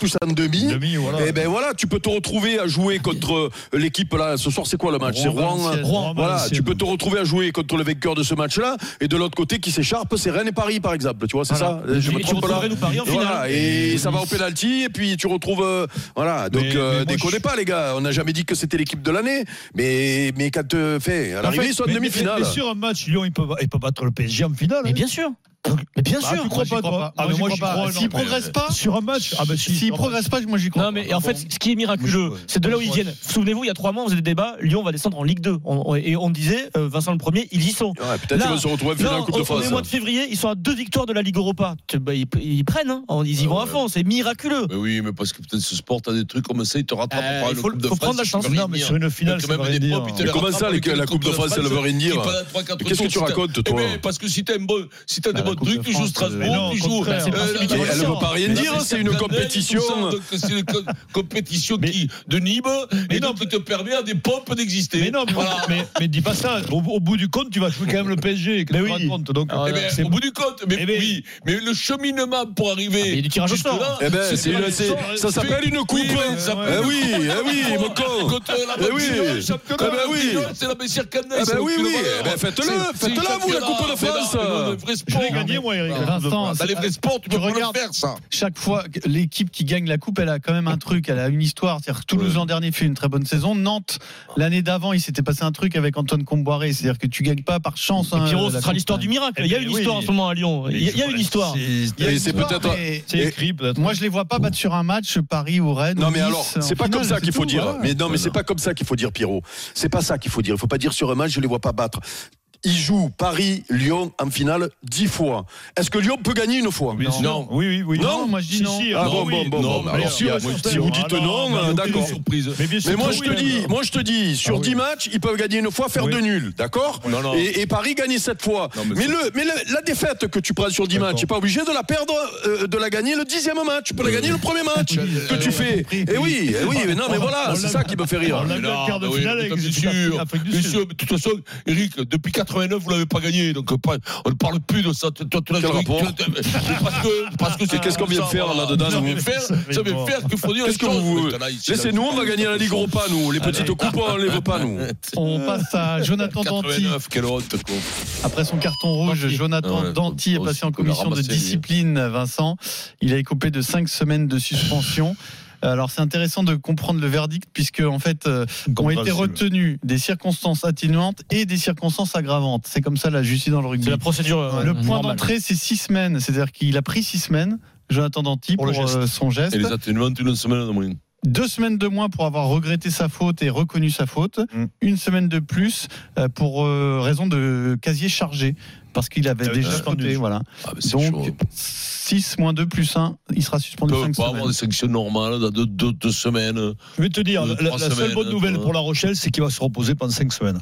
Speaker 4: tous en demi.
Speaker 5: Demi, voilà.
Speaker 4: Et ben voilà, tu peux te retrouver à jouer contre l'équipe là. Ce soir, c'est quoi le match? C'est Rouen.
Speaker 5: Rouen,
Speaker 4: Voilà,
Speaker 5: Valenciennes.
Speaker 4: tu peux te retrouver à jouer contre le vainqueur de ce match-là. Et de l'autre côté, qui s'écharpe, c'est Rennes et Paris, par exemple. Tu vois, c'est
Speaker 7: Voilà.
Speaker 4: ça. Je
Speaker 7: Et
Speaker 4: me
Speaker 7: tu
Speaker 4: trompe là.
Speaker 7: retrouverais nous Paris en
Speaker 4: Voilà,
Speaker 7: finale.
Speaker 4: et ça va au pénalty et puis tu retrouves euh, voilà. Donc
Speaker 5: Mais-
Speaker 4: euh,
Speaker 5: mais moi,
Speaker 4: déconnez
Speaker 5: je-
Speaker 4: pas les gars. On n'a jamais dit que c'était l'équipe de l'année. Mais mais quand euh, fait à l'arrivée, ils sont en
Speaker 5: Mais-
Speaker 4: demi-finale.
Speaker 5: Mais, mais sur un match, Lyon, il peut, il peut battre le P S G en finale.
Speaker 7: Mais
Speaker 5: hein.
Speaker 7: bien sûr. Mais bien
Speaker 5: Ah,
Speaker 7: sûr.
Speaker 5: tu crois
Speaker 6: Moi, j'y
Speaker 5: pas,
Speaker 6: crois
Speaker 5: toi
Speaker 6: pas.
Speaker 5: Ah,
Speaker 6: Moi,
Speaker 5: mais
Speaker 6: j'y
Speaker 5: moi,
Speaker 6: crois
Speaker 5: j'y
Speaker 6: pas.
Speaker 5: crois.
Speaker 6: S'il
Speaker 5: non,
Speaker 6: progresse
Speaker 5: mais-
Speaker 6: pas-
Speaker 5: Sur un match, ah, ben si.
Speaker 6: S'il
Speaker 5: sur un
Speaker 6: progresse pas, moi j'y crois.
Speaker 7: Non, mais en
Speaker 5: bon.
Speaker 7: fait, ce qui est miraculeux,
Speaker 5: Moi, je-
Speaker 7: c'est de là où ils
Speaker 5: moi,
Speaker 7: viennent. Souvenez-vous, il y a trois mois, on faisait des débats. Lyon va descendre en Ligue deux. On- et on disait, euh, Vincent le premier, ils y sont.
Speaker 4: Ouais, peut-être
Speaker 7: Là,
Speaker 4: qu'ils vont se retrouver en finale
Speaker 7: Non,
Speaker 4: en Coupe de
Speaker 7: on-
Speaker 4: France.
Speaker 7: on est au mois de février, ils sont à deux victoires de la Ligue Europa. Tu- bah, ils, ils prennent, hein. ils y vont à fond, c'est miraculeux.
Speaker 3: Mais oui, mais parce que peut-être ce sport, t'as des trucs comme ça, il te rattrape
Speaker 7: Euh,
Speaker 3: par
Speaker 7: il
Speaker 3: le
Speaker 7: faut-
Speaker 3: Coupe de
Speaker 7: faut
Speaker 3: France.
Speaker 7: prendre la chance.
Speaker 3: ça veut
Speaker 5: Non,
Speaker 3: rien
Speaker 5: mais
Speaker 3: dire.
Speaker 5: sur une finale,
Speaker 3: Donc,
Speaker 5: ça
Speaker 3: même
Speaker 5: veut rien
Speaker 3: des
Speaker 5: dire.
Speaker 3: profs, ils te
Speaker 4: Mais
Speaker 3: les
Speaker 4: comment
Speaker 3: rattrapent
Speaker 4: ça,
Speaker 3: avec
Speaker 4: les-
Speaker 3: une
Speaker 4: la Coupe de France, ça veut rien dire
Speaker 3: qui pendant trois, quatre
Speaker 4: Qu'est-ce que
Speaker 3: tours,
Speaker 4: tu
Speaker 3: si t'as-
Speaker 4: racontes,
Speaker 3: Eh
Speaker 4: toi
Speaker 3: ben, parce que si t'as un bon, si t'as des
Speaker 6: Bah, la
Speaker 3: bons
Speaker 6: Coupe
Speaker 3: trucs,
Speaker 6: de
Speaker 3: tu joues
Speaker 6: France,
Speaker 3: Strasbourg,
Speaker 5: mais non,
Speaker 3: tu
Speaker 5: au
Speaker 3: joues.
Speaker 5: contraire.
Speaker 7: C'est pas celui qui
Speaker 4: Et
Speaker 7: va le
Speaker 4: elle ne
Speaker 7: faire.
Speaker 4: veut pas rien
Speaker 3: Mais
Speaker 4: dire,
Speaker 3: non,
Speaker 4: c'est une
Speaker 3: Canel,
Speaker 4: compétition.
Speaker 3: tout ça, donc c'est une co- compétition qui, de Nîmes, et donc qui te permet à des pompes d'exister.
Speaker 5: Mais non, mais,
Speaker 3: Voilà.
Speaker 5: mais, mais dis pas ça. Au, au bout du compte, tu vas jouer quand même le P S G.
Speaker 7: Mais
Speaker 5: Mais
Speaker 7: oui.
Speaker 5: oui. Compte, donc,
Speaker 7: Ah,
Speaker 3: Eh ben,
Speaker 5: c'est
Speaker 3: au bout du compte, mais
Speaker 5: Eh ben-
Speaker 3: oui, mais le cheminement pour arriver.
Speaker 7: Ah, mais il y a du tirage au sort.
Speaker 3: jusque-là,
Speaker 4: Eh ben,
Speaker 3: c'est
Speaker 4: c'est
Speaker 3: pas
Speaker 4: une-
Speaker 3: le
Speaker 4: c'est-
Speaker 3: sort.
Speaker 4: ça s'appelle une coupe.
Speaker 3: Oui, mais ça
Speaker 5: Ouais,
Speaker 3: s'appelle
Speaker 4: Eh
Speaker 3: une
Speaker 4: oui,
Speaker 3: coupe.
Speaker 4: eh oui, mon con.
Speaker 3: Contre la
Speaker 4: Eh oui.
Speaker 3: Bastille, le championnat,
Speaker 4: Eh ben oui.
Speaker 3: c'est la Bessière Cannes.
Speaker 4: Eh ben oui, oui. Eh ben, faites-le, faites-le, vous, la Coupe de France.
Speaker 3: Dans les vrais
Speaker 5: Je
Speaker 3: sports.
Speaker 5: l'ai gagné, moi, Eric.
Speaker 6: Vincent,
Speaker 3: Dans les vrais sports, tu
Speaker 6: Tu
Speaker 3: peux pas le
Speaker 6: regardes-
Speaker 3: faire, ça.
Speaker 6: chaque fois que l'équipe qui gagne la coupe, elle a quand même un truc, elle a une histoire. C'est-à-dire que Toulouse l'an dernier fait une très bonne saison. Nantes, l'année d'avant, il s'était passé un truc avec Antoine Comboiré. C'est-à-dire que tu gagnes pas par chance.
Speaker 7: Et
Speaker 6: hein,
Speaker 7: Pierrot,
Speaker 6: la
Speaker 7: ce sera
Speaker 6: coupe.
Speaker 7: l'histoire du miracle. Il y a une
Speaker 5: Oui.
Speaker 7: histoire en ce moment à Lyon. Il y a, il y a une histoire.
Speaker 6: Il y a
Speaker 4: Et
Speaker 6: une
Speaker 4: c'est
Speaker 6: histoire,
Speaker 4: peut-être-
Speaker 6: mais
Speaker 5: C'est écrit, peut-être.
Speaker 6: moi, je les vois pas battre sur un match Paris ou Rennes.
Speaker 4: Non
Speaker 6: ou
Speaker 4: mais
Speaker 6: Nice
Speaker 4: alors,
Speaker 6: en
Speaker 4: c'est pas
Speaker 6: finale,
Speaker 4: comme ça
Speaker 6: c'est
Speaker 4: qu'il faut
Speaker 6: tout,
Speaker 4: dire.
Speaker 6: voilà.
Speaker 4: Mais non, mais c'est pas comme ça qu'il faut dire, Pierrot. C'est pas ça qu'il faut dire. Il faut pas dire sur un match, je les vois pas battre. Ils jouent Paris, Lyon en finale dix fois. Est-ce que Lyon peut gagner une fois?
Speaker 5: Bien sûr.
Speaker 3: Non.
Speaker 5: Oui, oui, oui.
Speaker 6: Non, moi, je dis
Speaker 5: Si,
Speaker 6: non.
Speaker 5: si,
Speaker 4: Ah
Speaker 5: non,
Speaker 4: bon,
Speaker 5: oui.
Speaker 4: bon, bon,
Speaker 3: Non,
Speaker 4: bon.
Speaker 3: mais
Speaker 4: Alors,
Speaker 3: alors,
Speaker 4: si,
Speaker 5: sûr,
Speaker 4: si
Speaker 5: sûr.
Speaker 4: vous dites
Speaker 5: Ah non,
Speaker 4: non,
Speaker 5: mais
Speaker 4: euh,
Speaker 5: aucune
Speaker 4: d'accord.
Speaker 3: surprise.
Speaker 5: Mais bien sûr
Speaker 4: Mais moi
Speaker 5: que
Speaker 4: je
Speaker 5: oui,
Speaker 4: te
Speaker 5: hein.
Speaker 4: dis, moi je te dis, sur
Speaker 5: Ah oui.
Speaker 4: dix matchs, ils peuvent gagner une fois, faire
Speaker 5: Oui.
Speaker 4: deux nuls, d'accord?
Speaker 3: Non, non.
Speaker 4: Et, et Paris gagner sept fois.
Speaker 3: Non, mais
Speaker 4: mais
Speaker 3: c'est-
Speaker 4: le, mais le- la défaite que tu prends sur dix
Speaker 5: D'accord.
Speaker 4: matchs, tu n'es pas obligé de la perdre, euh, de la gagner le dixième match. Tu peux la gagner le premier match que tu fais. Et oui, eh oui, mais non, mais voilà, c'est ça qui me fait rire.
Speaker 5: On l'a
Speaker 3: Mais
Speaker 5: vu en
Speaker 3: non,
Speaker 5: quart de
Speaker 3: mais oui,
Speaker 5: finale
Speaker 3: mais
Speaker 5: avec
Speaker 3: bien
Speaker 5: les
Speaker 3: sûr,
Speaker 5: Afrique du
Speaker 3: bien
Speaker 5: Sud.
Speaker 3: sûr, mais de toute façon, Eric, depuis quatre-vingt-neuf, vous l'avez pas gagné, donc pas, on ne parle plus de ça. Toi, tu l'as
Speaker 4: Quel
Speaker 3: joué-
Speaker 4: rapport
Speaker 3: tu l'as- Parce que, parce que c'est
Speaker 4: qu'est-ce qu'on vient de faire là-dedans,
Speaker 3: Ça
Speaker 4: nous
Speaker 3: vient faire, ça vient faire qu'il faut dire.
Speaker 4: Qu'est-ce que
Speaker 3: les choses.
Speaker 4: vous
Speaker 3: Maintenant, ici,
Speaker 4: laissez-nous, on va gagner la Ligue Europa, nous. Les petites coupes, on les veut pas, nous.
Speaker 6: On passe à Jonathan Danty.
Speaker 3: quatre-vingt-neuf, quelle honte, quoi.
Speaker 6: Après son carton rouge,
Speaker 7: Danty.
Speaker 6: Jonathan
Speaker 3: Ouais,
Speaker 6: Danty est
Speaker 3: faut-
Speaker 6: passé en
Speaker 3: faut la
Speaker 6: commission de
Speaker 3: ramasser,
Speaker 6: discipline, Vincent. Il a écopé de cinq semaines de suspension. Alors c'est intéressant de comprendre le verdict puisque en fait euh, ont été retenues des circonstances atténuantes et des circonstances aggravantes. C'est comme ça la justice dans le rugby.
Speaker 7: C'est la procédure. euh,
Speaker 6: Le point
Speaker 7: normale.
Speaker 6: d'entrée c'est six semaines, c'est-à-dire qu'il a pris six semaines, Jonathan Danty,
Speaker 5: Pour
Speaker 6: pour,
Speaker 5: le geste.
Speaker 6: euh, son geste.
Speaker 3: Et les atténuantes, une semaine de moyenne.
Speaker 6: Deux semaines de moins pour avoir regretté sa faute et reconnu sa faute.
Speaker 5: Mm.
Speaker 6: Une semaine de plus euh, pour euh, raison de casier chargé parce qu'il avait
Speaker 5: Ah oui,
Speaker 6: déjà
Speaker 5: suspendu.
Speaker 6: fauté. Voilà.
Speaker 3: Ah, mais c'est
Speaker 6: Donc
Speaker 3: chaud.
Speaker 6: six moins deux plus un, il sera suspendu
Speaker 3: On peut
Speaker 6: cinq
Speaker 3: pas
Speaker 6: semaines.
Speaker 3: avoir des sanctions normales dans deux, deux, deux semaines.
Speaker 5: Je vais te dire,
Speaker 3: Deux,
Speaker 5: la,
Speaker 3: trois
Speaker 5: la seule
Speaker 3: semaines,
Speaker 5: bonne nouvelle
Speaker 3: quoi.
Speaker 5: pour La Rochelle, c'est qu'il va se reposer pendant cinq semaines.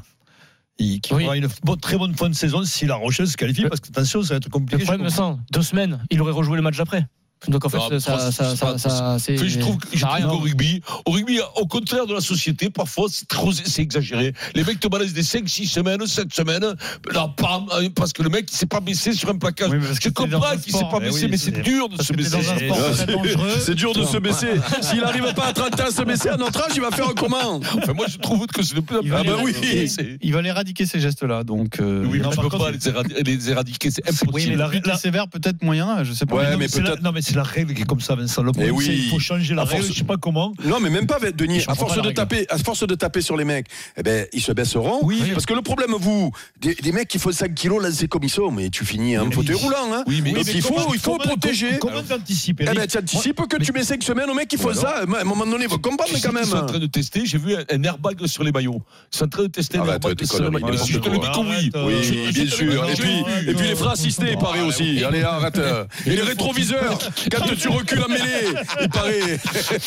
Speaker 5: Il qui
Speaker 7: Oui.
Speaker 5: aura une bonne- très bonne fin de saison si La Rochelle se qualifie, parce que attention, ça va être
Speaker 7: Le
Speaker 5: compliqué.
Speaker 7: problème,
Speaker 5: je comprends.
Speaker 7: Vincent, deux semaines, il aurait rejoué le match d'après. Donc en fait,
Speaker 3: Non,
Speaker 7: ça,
Speaker 3: trois,
Speaker 7: ça,
Speaker 3: c'est
Speaker 7: ça,
Speaker 3: pas-
Speaker 7: ça, c'est.
Speaker 3: Enfin, je trouve, que- je
Speaker 7: ça a
Speaker 3: trouve
Speaker 7: rien.
Speaker 3: qu'au rugby, au rugby, au contraire de la société, parfois, c'est trop, c'est exagéré. Les mecs te balancent des cinq, six semaines, sept semaines, là, bam, parce que le mec, il s'est pas baissé sur un plaquage.
Speaker 6: Oui, mais parce que
Speaker 3: Je
Speaker 6: t'es dans
Speaker 3: comprends
Speaker 6: un
Speaker 3: qu'il s'est
Speaker 6: sport.
Speaker 3: pas
Speaker 5: Eh
Speaker 3: baissé,
Speaker 5: oui,
Speaker 3: mais c'est
Speaker 5: c'est-
Speaker 3: dur de
Speaker 6: parce
Speaker 3: se
Speaker 6: que t'es
Speaker 3: baisser.
Speaker 6: dans un sport très dangereux.
Speaker 4: C'est dur de se baisser. S'il n'arrive pas à trente ans à se baisser à notre âge, il va faire comment?
Speaker 3: Enfin, moi, je trouve que c'est de plus en plus.
Speaker 6: Il va
Speaker 4: Ah bah oui.
Speaker 3: C'est-
Speaker 6: Il va éradiquer ces gestes-là. Donc, euh,
Speaker 3: Oui,
Speaker 5: non,
Speaker 3: mais je
Speaker 5: par
Speaker 3: peux
Speaker 5: contre,
Speaker 3: pas les éradi- les éradiquer, c'est
Speaker 5: Oui,
Speaker 3: impossible.
Speaker 5: mais la-
Speaker 6: pénalité sévère, peut-être moyen âge, je sais pas.
Speaker 4: Ouais,
Speaker 5: non,
Speaker 4: mais
Speaker 5: c'est la-
Speaker 4: peut-être-
Speaker 5: non, mais c'est la règle qui est comme ça, Vincent. Le
Speaker 4: Eh
Speaker 5: problème,
Speaker 4: oui.
Speaker 5: c'est qu'il faut changer la
Speaker 4: À
Speaker 5: règle,
Speaker 4: force-
Speaker 5: je sais pas comment.
Speaker 4: Non, mais même pas, Denis.
Speaker 7: Je
Speaker 4: À
Speaker 7: comprends
Speaker 4: force
Speaker 7: pas
Speaker 4: de
Speaker 7: la
Speaker 4: taper, à force de taper sur les mecs, eh ben, ils se baisseront.
Speaker 5: Oui.
Speaker 4: Parce que le problème, vous, des, des mecs qui font cinq kilos lancés comme ils sont, mais tu finis en
Speaker 5: Oui,
Speaker 4: fauteuil
Speaker 5: mais-
Speaker 4: roulant, hein.
Speaker 3: Oui, mais-
Speaker 4: Donc
Speaker 5: Oui, mais
Speaker 4: il faut,
Speaker 5: comment-
Speaker 4: il faut
Speaker 5: comment-
Speaker 4: protéger.
Speaker 5: Comment t'anticipes,
Speaker 4: Eh
Speaker 5: Eric
Speaker 4: ben, tu anticipes que
Speaker 5: Mais-
Speaker 4: tu mets cinq semaines aux mecs qui font
Speaker 5: Voilà.
Speaker 4: ça. À un moment donné, ils vont comprendre
Speaker 3: Tu sais
Speaker 4: quand
Speaker 3: qu'ils sont en
Speaker 4: même.
Speaker 3: train de tester, j'ai vu un, un airbag sur les maillots. Ils sont en train de tester
Speaker 4: Ah
Speaker 3: un
Speaker 4: bah,
Speaker 3: airbag
Speaker 4: t'es
Speaker 3: sur les
Speaker 4: connerie,
Speaker 3: maillots.
Speaker 4: n'importe
Speaker 3: Je te le dis
Speaker 4: quoi.
Speaker 3: que oui.
Speaker 5: Arrête,
Speaker 4: Oui,
Speaker 5: euh,
Speaker 3: je-
Speaker 4: bien
Speaker 3: je-
Speaker 4: sûr.
Speaker 3: je-
Speaker 4: Et puis,
Speaker 5: je-
Speaker 4: et puis les freins assistés, il paraît aussi. Allez, arrête. Et les rétroviseurs, quand tu recules en mêlée, il paraît.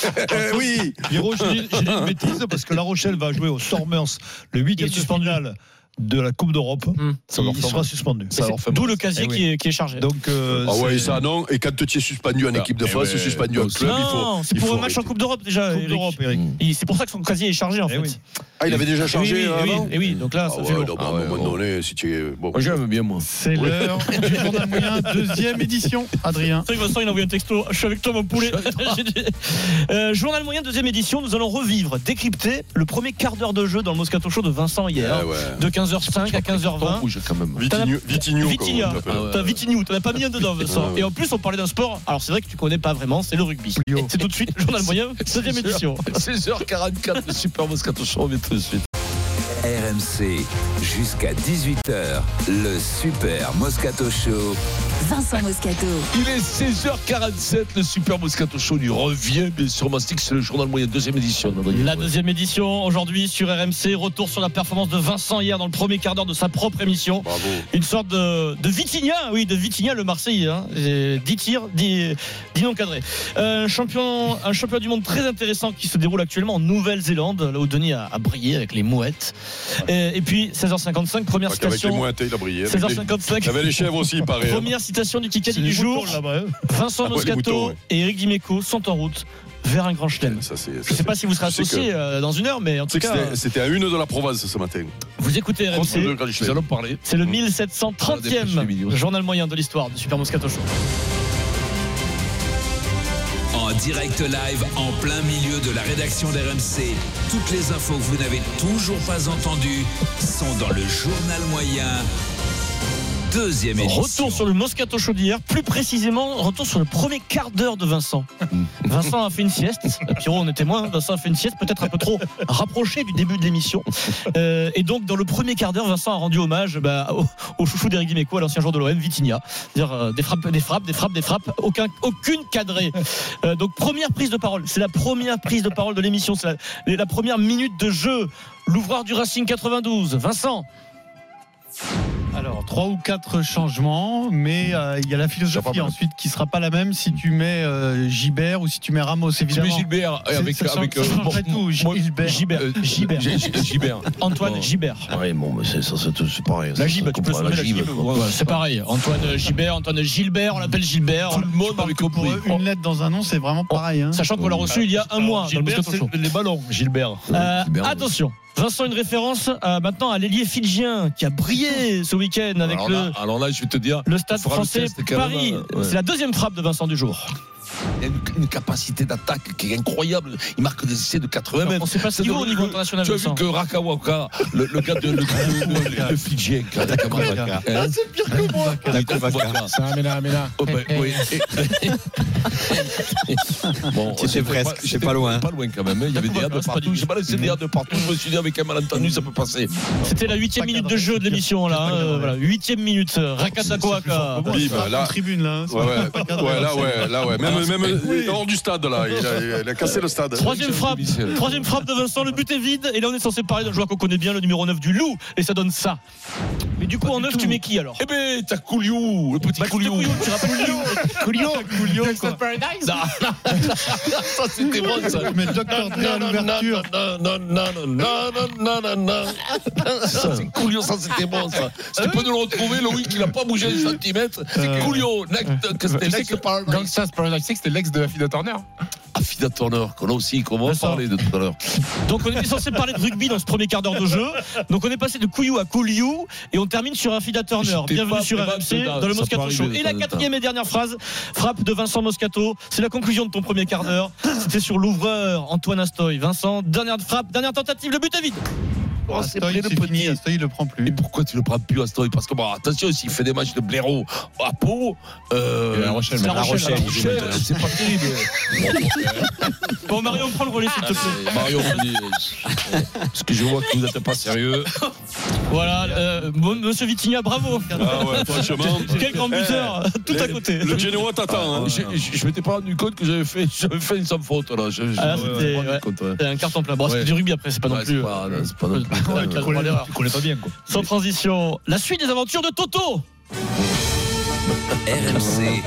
Speaker 4: Eh oui.
Speaker 5: Pierrot, j'ai dit j'ai dit une bêtise parce que La Rochelle va jouer au Stormers le huitième
Speaker 7: Il est
Speaker 5: de
Speaker 7: suspendu.
Speaker 5: finale de la Coupe d'Europe,
Speaker 7: Hum.
Speaker 5: il, il sera suspendu.
Speaker 7: Et c'est D'où le casier
Speaker 5: Eh oui.
Speaker 7: qui, est, qui est chargé.
Speaker 5: Donc, euh,
Speaker 4: Ah ouais,
Speaker 5: c'est-
Speaker 4: ça non. Et quand tu es suspendu en équipe de
Speaker 3: Eh
Speaker 4: France,
Speaker 3: ouais,
Speaker 4: suspendu en
Speaker 3: donc,
Speaker 4: club, il faut.
Speaker 7: non, c'est
Speaker 4: il
Speaker 7: pour
Speaker 4: faut
Speaker 7: un match en
Speaker 4: arrêter.
Speaker 7: Coupe d'Europe déjà.
Speaker 5: Coupe
Speaker 7: Eric.
Speaker 5: d'Europe, Eric.
Speaker 7: Il- C'est pour ça que son casier est chargé en
Speaker 5: Eh
Speaker 7: fait.
Speaker 5: oui.
Speaker 4: Ah, il avait déjà chargé
Speaker 7: oui, oui,
Speaker 4: avant
Speaker 7: oui, oui, donc là,
Speaker 4: Ah
Speaker 7: ça
Speaker 4: ouais,
Speaker 7: fait lourd.
Speaker 4: non, bah,
Speaker 3: Ah
Speaker 4: à
Speaker 3: ouais,
Speaker 4: un moment
Speaker 3: ouais.
Speaker 4: donné, si tu es. Bon.
Speaker 3: Moi, j'aime bien, moi.
Speaker 6: C'est l'heure du journal moyen, deuxième édition. Adrien.
Speaker 7: C'est vrai que Vincent, il a envoyé un texto. Je suis avec toi, mon poulet. J'ai dit- Euh, journal moyen, deuxième édition. Nous allons revivre, décrypter le premier quart d'heure de jeu dans le Moscato Show de Vincent hier.
Speaker 4: Ah ouais.
Speaker 7: De quinze heures cinq à quinze heures vingt.
Speaker 3: Rouge, quand même.
Speaker 4: Vitigno, Vitigno, comme
Speaker 7: Vitigna.
Speaker 4: on l'appelle.
Speaker 3: Ah ouais.
Speaker 7: T'as Vitignou, t'en as pas mis un dedans, Vincent.
Speaker 4: Ah ouais.
Speaker 7: Et en plus, on parlait d'un sport. Alors, c'est vrai que tu connais pas vraiment, c'est le rugby. C'est tout de suite, journal moyen, deuxième édition.
Speaker 3: seize heures quarante-quatre, le Super Moscato Show, on vient tout de suite.
Speaker 2: R M C, jusqu'à dix-huit heures, le Super Moscato Show.
Speaker 1: Vincent Moscato.
Speaker 3: Il est seize heures quarante-sept, le Super Moscato Show lui revient, bien sûr, Mastic, c'est le journal moyen, deuxième édition. Adrien.
Speaker 7: La deuxième édition aujourd'hui sur R M C. Retour sur la performance de Vincent hier dans le premier quart d'heure de sa propre émission.
Speaker 4: Bravo.
Speaker 7: Une sorte de, de Vitinha, oui, de Vitinha le Marseillais. Hein. dix tirs, dix non cadrés. Euh, un, champion, un champion du monde très intéressant qui se déroule actuellement en Nouvelle-Zélande, là où Denis a, a brillé avec les mouettes. Et, et puis seize heures cinquante-cinq, première
Speaker 4: Pas qu'avec les
Speaker 7: citation.
Speaker 4: mouettes, il a brillé. Avec
Speaker 7: seize heures
Speaker 4: les-
Speaker 7: cinquante-cinq.
Speaker 4: Il y avait les chèvres aussi, pareil. hein.
Speaker 7: Première citation du Kikadi
Speaker 5: c'est
Speaker 7: du
Speaker 5: les
Speaker 7: jour.
Speaker 5: moutons, là-bas, hein.
Speaker 7: Vincent
Speaker 4: Ah ouais, les
Speaker 7: Moscato
Speaker 4: moutons, ouais.
Speaker 7: et Eric Dimeco sont en route vers un grand chelem.
Speaker 4: Ça, c'est- ça,
Speaker 7: Je ne sais
Speaker 4: c'est-
Speaker 7: pas si vous serez
Speaker 4: tu sais
Speaker 7: associé
Speaker 4: que-
Speaker 7: euh, dans une heure, mais en
Speaker 4: tu sais
Speaker 7: tout
Speaker 4: que
Speaker 7: cas,
Speaker 4: c'était- C'était à une de la Provence ce matin.
Speaker 7: vous écoutez R M C.
Speaker 4: trente-deux Grand
Speaker 3: Nous
Speaker 4: Chelem.
Speaker 3: allons parler.
Speaker 7: C'est le mille sept cent trentième journal moyen de l'histoire du Super Moscato Show.
Speaker 2: En direct live, en plein milieu de la rédaction d'R M C, toutes les infos que vous n'avez toujours pas entendues sont dans le journal moyen. Deuxième édition.
Speaker 7: Retour sur le Moscato Show d'hier, plus précisément, retour sur le premier quart d'heure de Vincent. Vincent a fait une sieste, Pierrot en est témoin, Vincent a fait une sieste peut-être un peu trop rapprochée du début de l'émission. Euh, et donc dans le premier quart d'heure, Vincent a rendu hommage bah, au, au chouchou d'Éric Dimeco, à l'ancien joueur de l'O M, Vitinha. C'est-à-dire euh, des frappes, des frappes, des frappes, des frappes, aucun, aucune cadrée. Euh, donc première prise de parole, c'est la première prise de parole de l'émission, c'est la, la première minute de jeu. L'ouvreur du Racing quatre-vingt-douze, Vincent.
Speaker 6: Alors, trois ou quatre changements, mais euh, il y a la philosophie ensuite qui sera pas la même si tu mets euh, Gilbert ou si tu mets Ramos,
Speaker 3: Tu mets
Speaker 6: évidemment.
Speaker 3: Gilbert
Speaker 6: C'est-
Speaker 3: avec.
Speaker 6: ça change-
Speaker 3: avec
Speaker 6: ça changerait tout,
Speaker 3: moi-
Speaker 6: Gilbert.
Speaker 7: Gilbert.
Speaker 3: euh,
Speaker 7: Gilbert.
Speaker 3: G- G- Gilbert.
Speaker 7: Antoine
Speaker 3: Bon.
Speaker 7: Gilbert.
Speaker 3: Ouais, bon, mais c'est ça, c'est tout, c'est pareil.
Speaker 7: La
Speaker 3: Ça,
Speaker 7: Gib,
Speaker 3: ça
Speaker 7: tu peux
Speaker 3: comprend,
Speaker 7: se nommer la
Speaker 3: Gib,
Speaker 7: Gib.
Speaker 3: quoi.
Speaker 7: Ouais, c'est pareil. Antoine Gilbert, Antoine Gilbert, on l'appelle Gilbert.
Speaker 3: Tout le monde avait
Speaker 6: Pour
Speaker 3: compris.
Speaker 6: eux, une lettre dans un nom, c'est vraiment pareil. Hein.
Speaker 7: Sachant qu'on l'a reçu il y a un mois dans le
Speaker 5: Gilbert,
Speaker 7: Moscato Show.
Speaker 5: c'est les ballons, Gilbert.
Speaker 7: Euh,
Speaker 3: Gilbert, oui.
Speaker 7: attention, Vincent, une référence euh, maintenant à l'ailier fidjien qui a brillé ce week-end avec
Speaker 3: alors,
Speaker 7: le,
Speaker 3: là, alors là, je vais te dire,
Speaker 7: le stade
Speaker 3: il fera le
Speaker 7: français
Speaker 3: test quand même,
Speaker 7: Paris.
Speaker 3: ouais.
Speaker 7: C'est la deuxième frappe de Vincent du jour.
Speaker 3: il y a une, une capacité d'attaque qui est incroyable. Il marque des essais de quatre-vingts
Speaker 7: Alors,
Speaker 3: mètres.
Speaker 7: on sait pas ce
Speaker 3: C'est
Speaker 7: qu'il vaut au
Speaker 3: de-
Speaker 7: niveau
Speaker 3: le-
Speaker 7: international.
Speaker 3: Tu as vu
Speaker 7: Vincent.
Speaker 3: que Rakawaka, le, le gars de le, le, le, le Fidjien,
Speaker 6: Ah, c'est pire que moi.
Speaker 3: Ça, mais là, mais là. Oh, ben, oui. Bon,
Speaker 12: C'était presque,
Speaker 3: pas-
Speaker 12: c'est pas loin.
Speaker 3: Pas loin quand même. hein. Il y avait des A de partout. J'ai balancé des A de partout. Je me suis dit, avec un malentendu, ça peut passer.
Speaker 7: C'était la huitième minute de jeu de l'émission là. hein, euh, voilà, huitième minute. Rakatakoaka.
Speaker 4: Bim, là.
Speaker 6: Tribune là.
Speaker 4: Ouais, ouais, ouais, là, ouais, là, ouais. Même, même hors du stade, là. Il a, il a cassé le stade.
Speaker 7: Troisième frappe, troisième frappe de Vincent, le but est vide et là on est censé parler d'un joueur qu'on connaît bien, le numéro neuf du Loup, et ça donne ça. Mais du coup en neuf tu mets qui alors?
Speaker 3: Eh ben, t'as Couliou, le petit
Speaker 7: Bah,
Speaker 3: Couliou.
Speaker 7: Couliou, tu rappelles Couliou?
Speaker 6: Coulio,
Speaker 7: Gangsta's Paradise.
Speaker 3: Ça, c'était bon, ça.
Speaker 6: Mais docteur Dre à l'ouverture.
Speaker 3: Non, non, non, non, non, non, non, non, non. Ça, c'est Couliou, ça, c'était bon, ça. Si tu peux nous le retrouver, Loïc, il n'a pas bougé un centimètre. C'est Couliou, c'était Next Paradise.
Speaker 12: Gangsta's Paradise, c'était l'ex de Affida Turner.
Speaker 3: Affida Turner, qu'on a aussi, qu'on va parler de tout à l'heure.
Speaker 7: Donc on était censé parler de rugby dans ce premier quart d'heure de jeu. Donc on est passé de Couillou à Couliou et on termine sur Affida Turner.
Speaker 3: J'étais
Speaker 7: Bienvenue
Speaker 3: pas
Speaker 7: sur R
Speaker 3: capable
Speaker 7: M C
Speaker 3: de-
Speaker 7: dans le
Speaker 3: ça
Speaker 7: Moscato
Speaker 3: peut
Speaker 7: Show.
Speaker 3: arriver de
Speaker 7: Et la
Speaker 3: temps en
Speaker 7: quatrième et dernière phrase, frappe de Vincent Moscato. C'est la conclusion de ton premier quart d'heure. C'était sur l'ouvreur Antoine Astoy. Vincent, dernière frappe, dernière tentative, le but est vide.
Speaker 3: Oh, c'est
Speaker 6: Astoy,
Speaker 3: pris le
Speaker 6: c'est fini,
Speaker 3: petit.
Speaker 6: Astoy, il le prend
Speaker 3: Et
Speaker 6: plus.
Speaker 3: pourquoi tu le prends plus à Story? Parce que, bon, attention, s'il fait des matchs de blaireau à Pau, euh,
Speaker 12: Et à Rochelle,
Speaker 3: c'est
Speaker 12: mais
Speaker 3: La
Speaker 12: à
Speaker 3: Rochelle,
Speaker 12: Rochelle,
Speaker 3: La
Speaker 12: il joue
Speaker 3: Rochelle,
Speaker 12: maintenant.
Speaker 3: c'est pas terrible.
Speaker 7: Bon Mario, on prend le relais s'il te plaît.
Speaker 3: Mario, on dit, parce que je vois que vous n'êtes pas sérieux.
Speaker 7: Voilà, euh, monsieur Vitinha, bravo.
Speaker 4: Ah ouais, franchement.
Speaker 7: Quel grand buteur, tout à côté.
Speaker 4: Le Genoa t'attend. Hein.
Speaker 3: Je, je, je m'étais pas rendu compte que j'avais fait, j'avais fait une sans faute là. Je, je,
Speaker 7: Ah,
Speaker 3: je me
Speaker 7: c'était-
Speaker 3: suis rendu
Speaker 7: ouais.
Speaker 3: compte, ouais.
Speaker 7: C'est un carton plein. Bon, c'est
Speaker 3: Ouais.
Speaker 7: du rugby après, c'est pas non
Speaker 3: Ouais,
Speaker 7: plus.
Speaker 3: c'est pas, non, c'est pas non plus.
Speaker 7: Ouais, tu as le droit à l'erreur.
Speaker 5: Tu connais pas bien, quoi.
Speaker 7: Sans transition, la suite des aventures de Toto.
Speaker 2: R M C.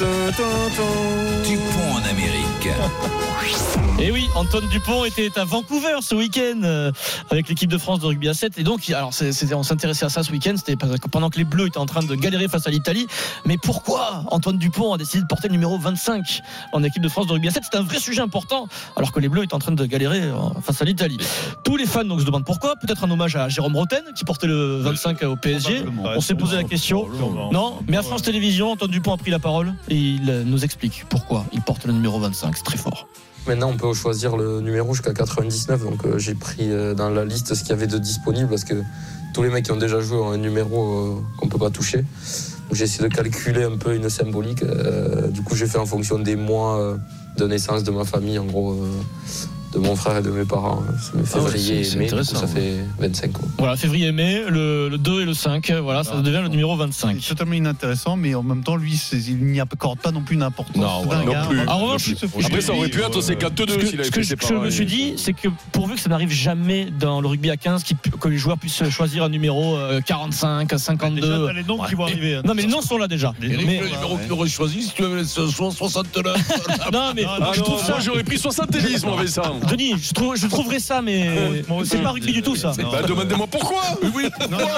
Speaker 2: Dupont en Amérique.
Speaker 7: Et oui, Antoine Dupont était à Vancouver ce week-end euh, avec l'équipe de France de rugby à sept. Et donc, alors, c'est, c'est, on s'intéressait à ça ce week-end. C'était pendant que les Bleus étaient en train de galérer face à l'Italie. Mais pourquoi Antoine Dupont a décidé de porter le numéro vingt-cinq en équipe de France de rugby à sept? C'est un vrai sujet important, alors que les Bleus étaient en train de galérer face à l'Italie. Tous les fans donc se demandent pourquoi. Peut-être un hommage à Jérôme Rotten qui portait le vingt-cinq au P S G. On s'est posé la question. Non, mais à France Télévisions, Antoine Dupont a pris la parole et il nous explique pourquoi il porte le numéro vingt-cinq. C'est très fort.
Speaker 13: Maintenant, on peut choisir le numéro jusqu'à quatre-vingt-dix-neuf. Donc, euh, j'ai pris euh, dans la liste ce qu'il y avait de disponible parce que tous les mecs qui ont déjà joué ont un numéro euh, qu'on ne peut pas toucher. Donc, j'ai essayé de calculer un peu une symbolique. Euh, du coup, j'ai fait en fonction des mois euh, de naissance de ma famille, en gros, euh, de mon frère et de mes parents. C'est février
Speaker 7: ah ouais, c'est,
Speaker 13: et mai, du coup, ça
Speaker 7: ouais.
Speaker 13: fait vingt-cinq ans.
Speaker 7: Voilà, février et mai, le, le deux et le cinq, voilà, ça ah, devient le numéro vingt-cinq.
Speaker 6: C'est totalement inintéressant, mais en même temps, lui, c'est, il n'y accorde pas non plus d'importance.
Speaker 4: Non, voilà, non plus.
Speaker 7: En revanche,
Speaker 4: après, ça aurait pu être cinquante-deux s'il avait
Speaker 7: fait
Speaker 4: ses
Speaker 7: parents. Ce que je me suis dit, c'est que pourvu que ça n'arrive jamais dans le rugby à quinze, que les joueurs puissent choisir un numéro quarante-cinq, cinquante-deux.
Speaker 5: Déjà, les noms qui vont arriver. Hein.
Speaker 7: Non, mais les noms sont là déjà.
Speaker 3: Mais le numéro que tu aurais choisi, si tu avais soixante-neuf.
Speaker 7: Non, mais
Speaker 4: je trouve ça, j'aurais pris soixante-dix, moi, Vincent.
Speaker 7: Denis, je trouve. Je trouverais ça, mais c'est pas rugby du tout, ça.
Speaker 4: Bah, demandez-moi pourquoi.
Speaker 5: Oui, oui. Non, non,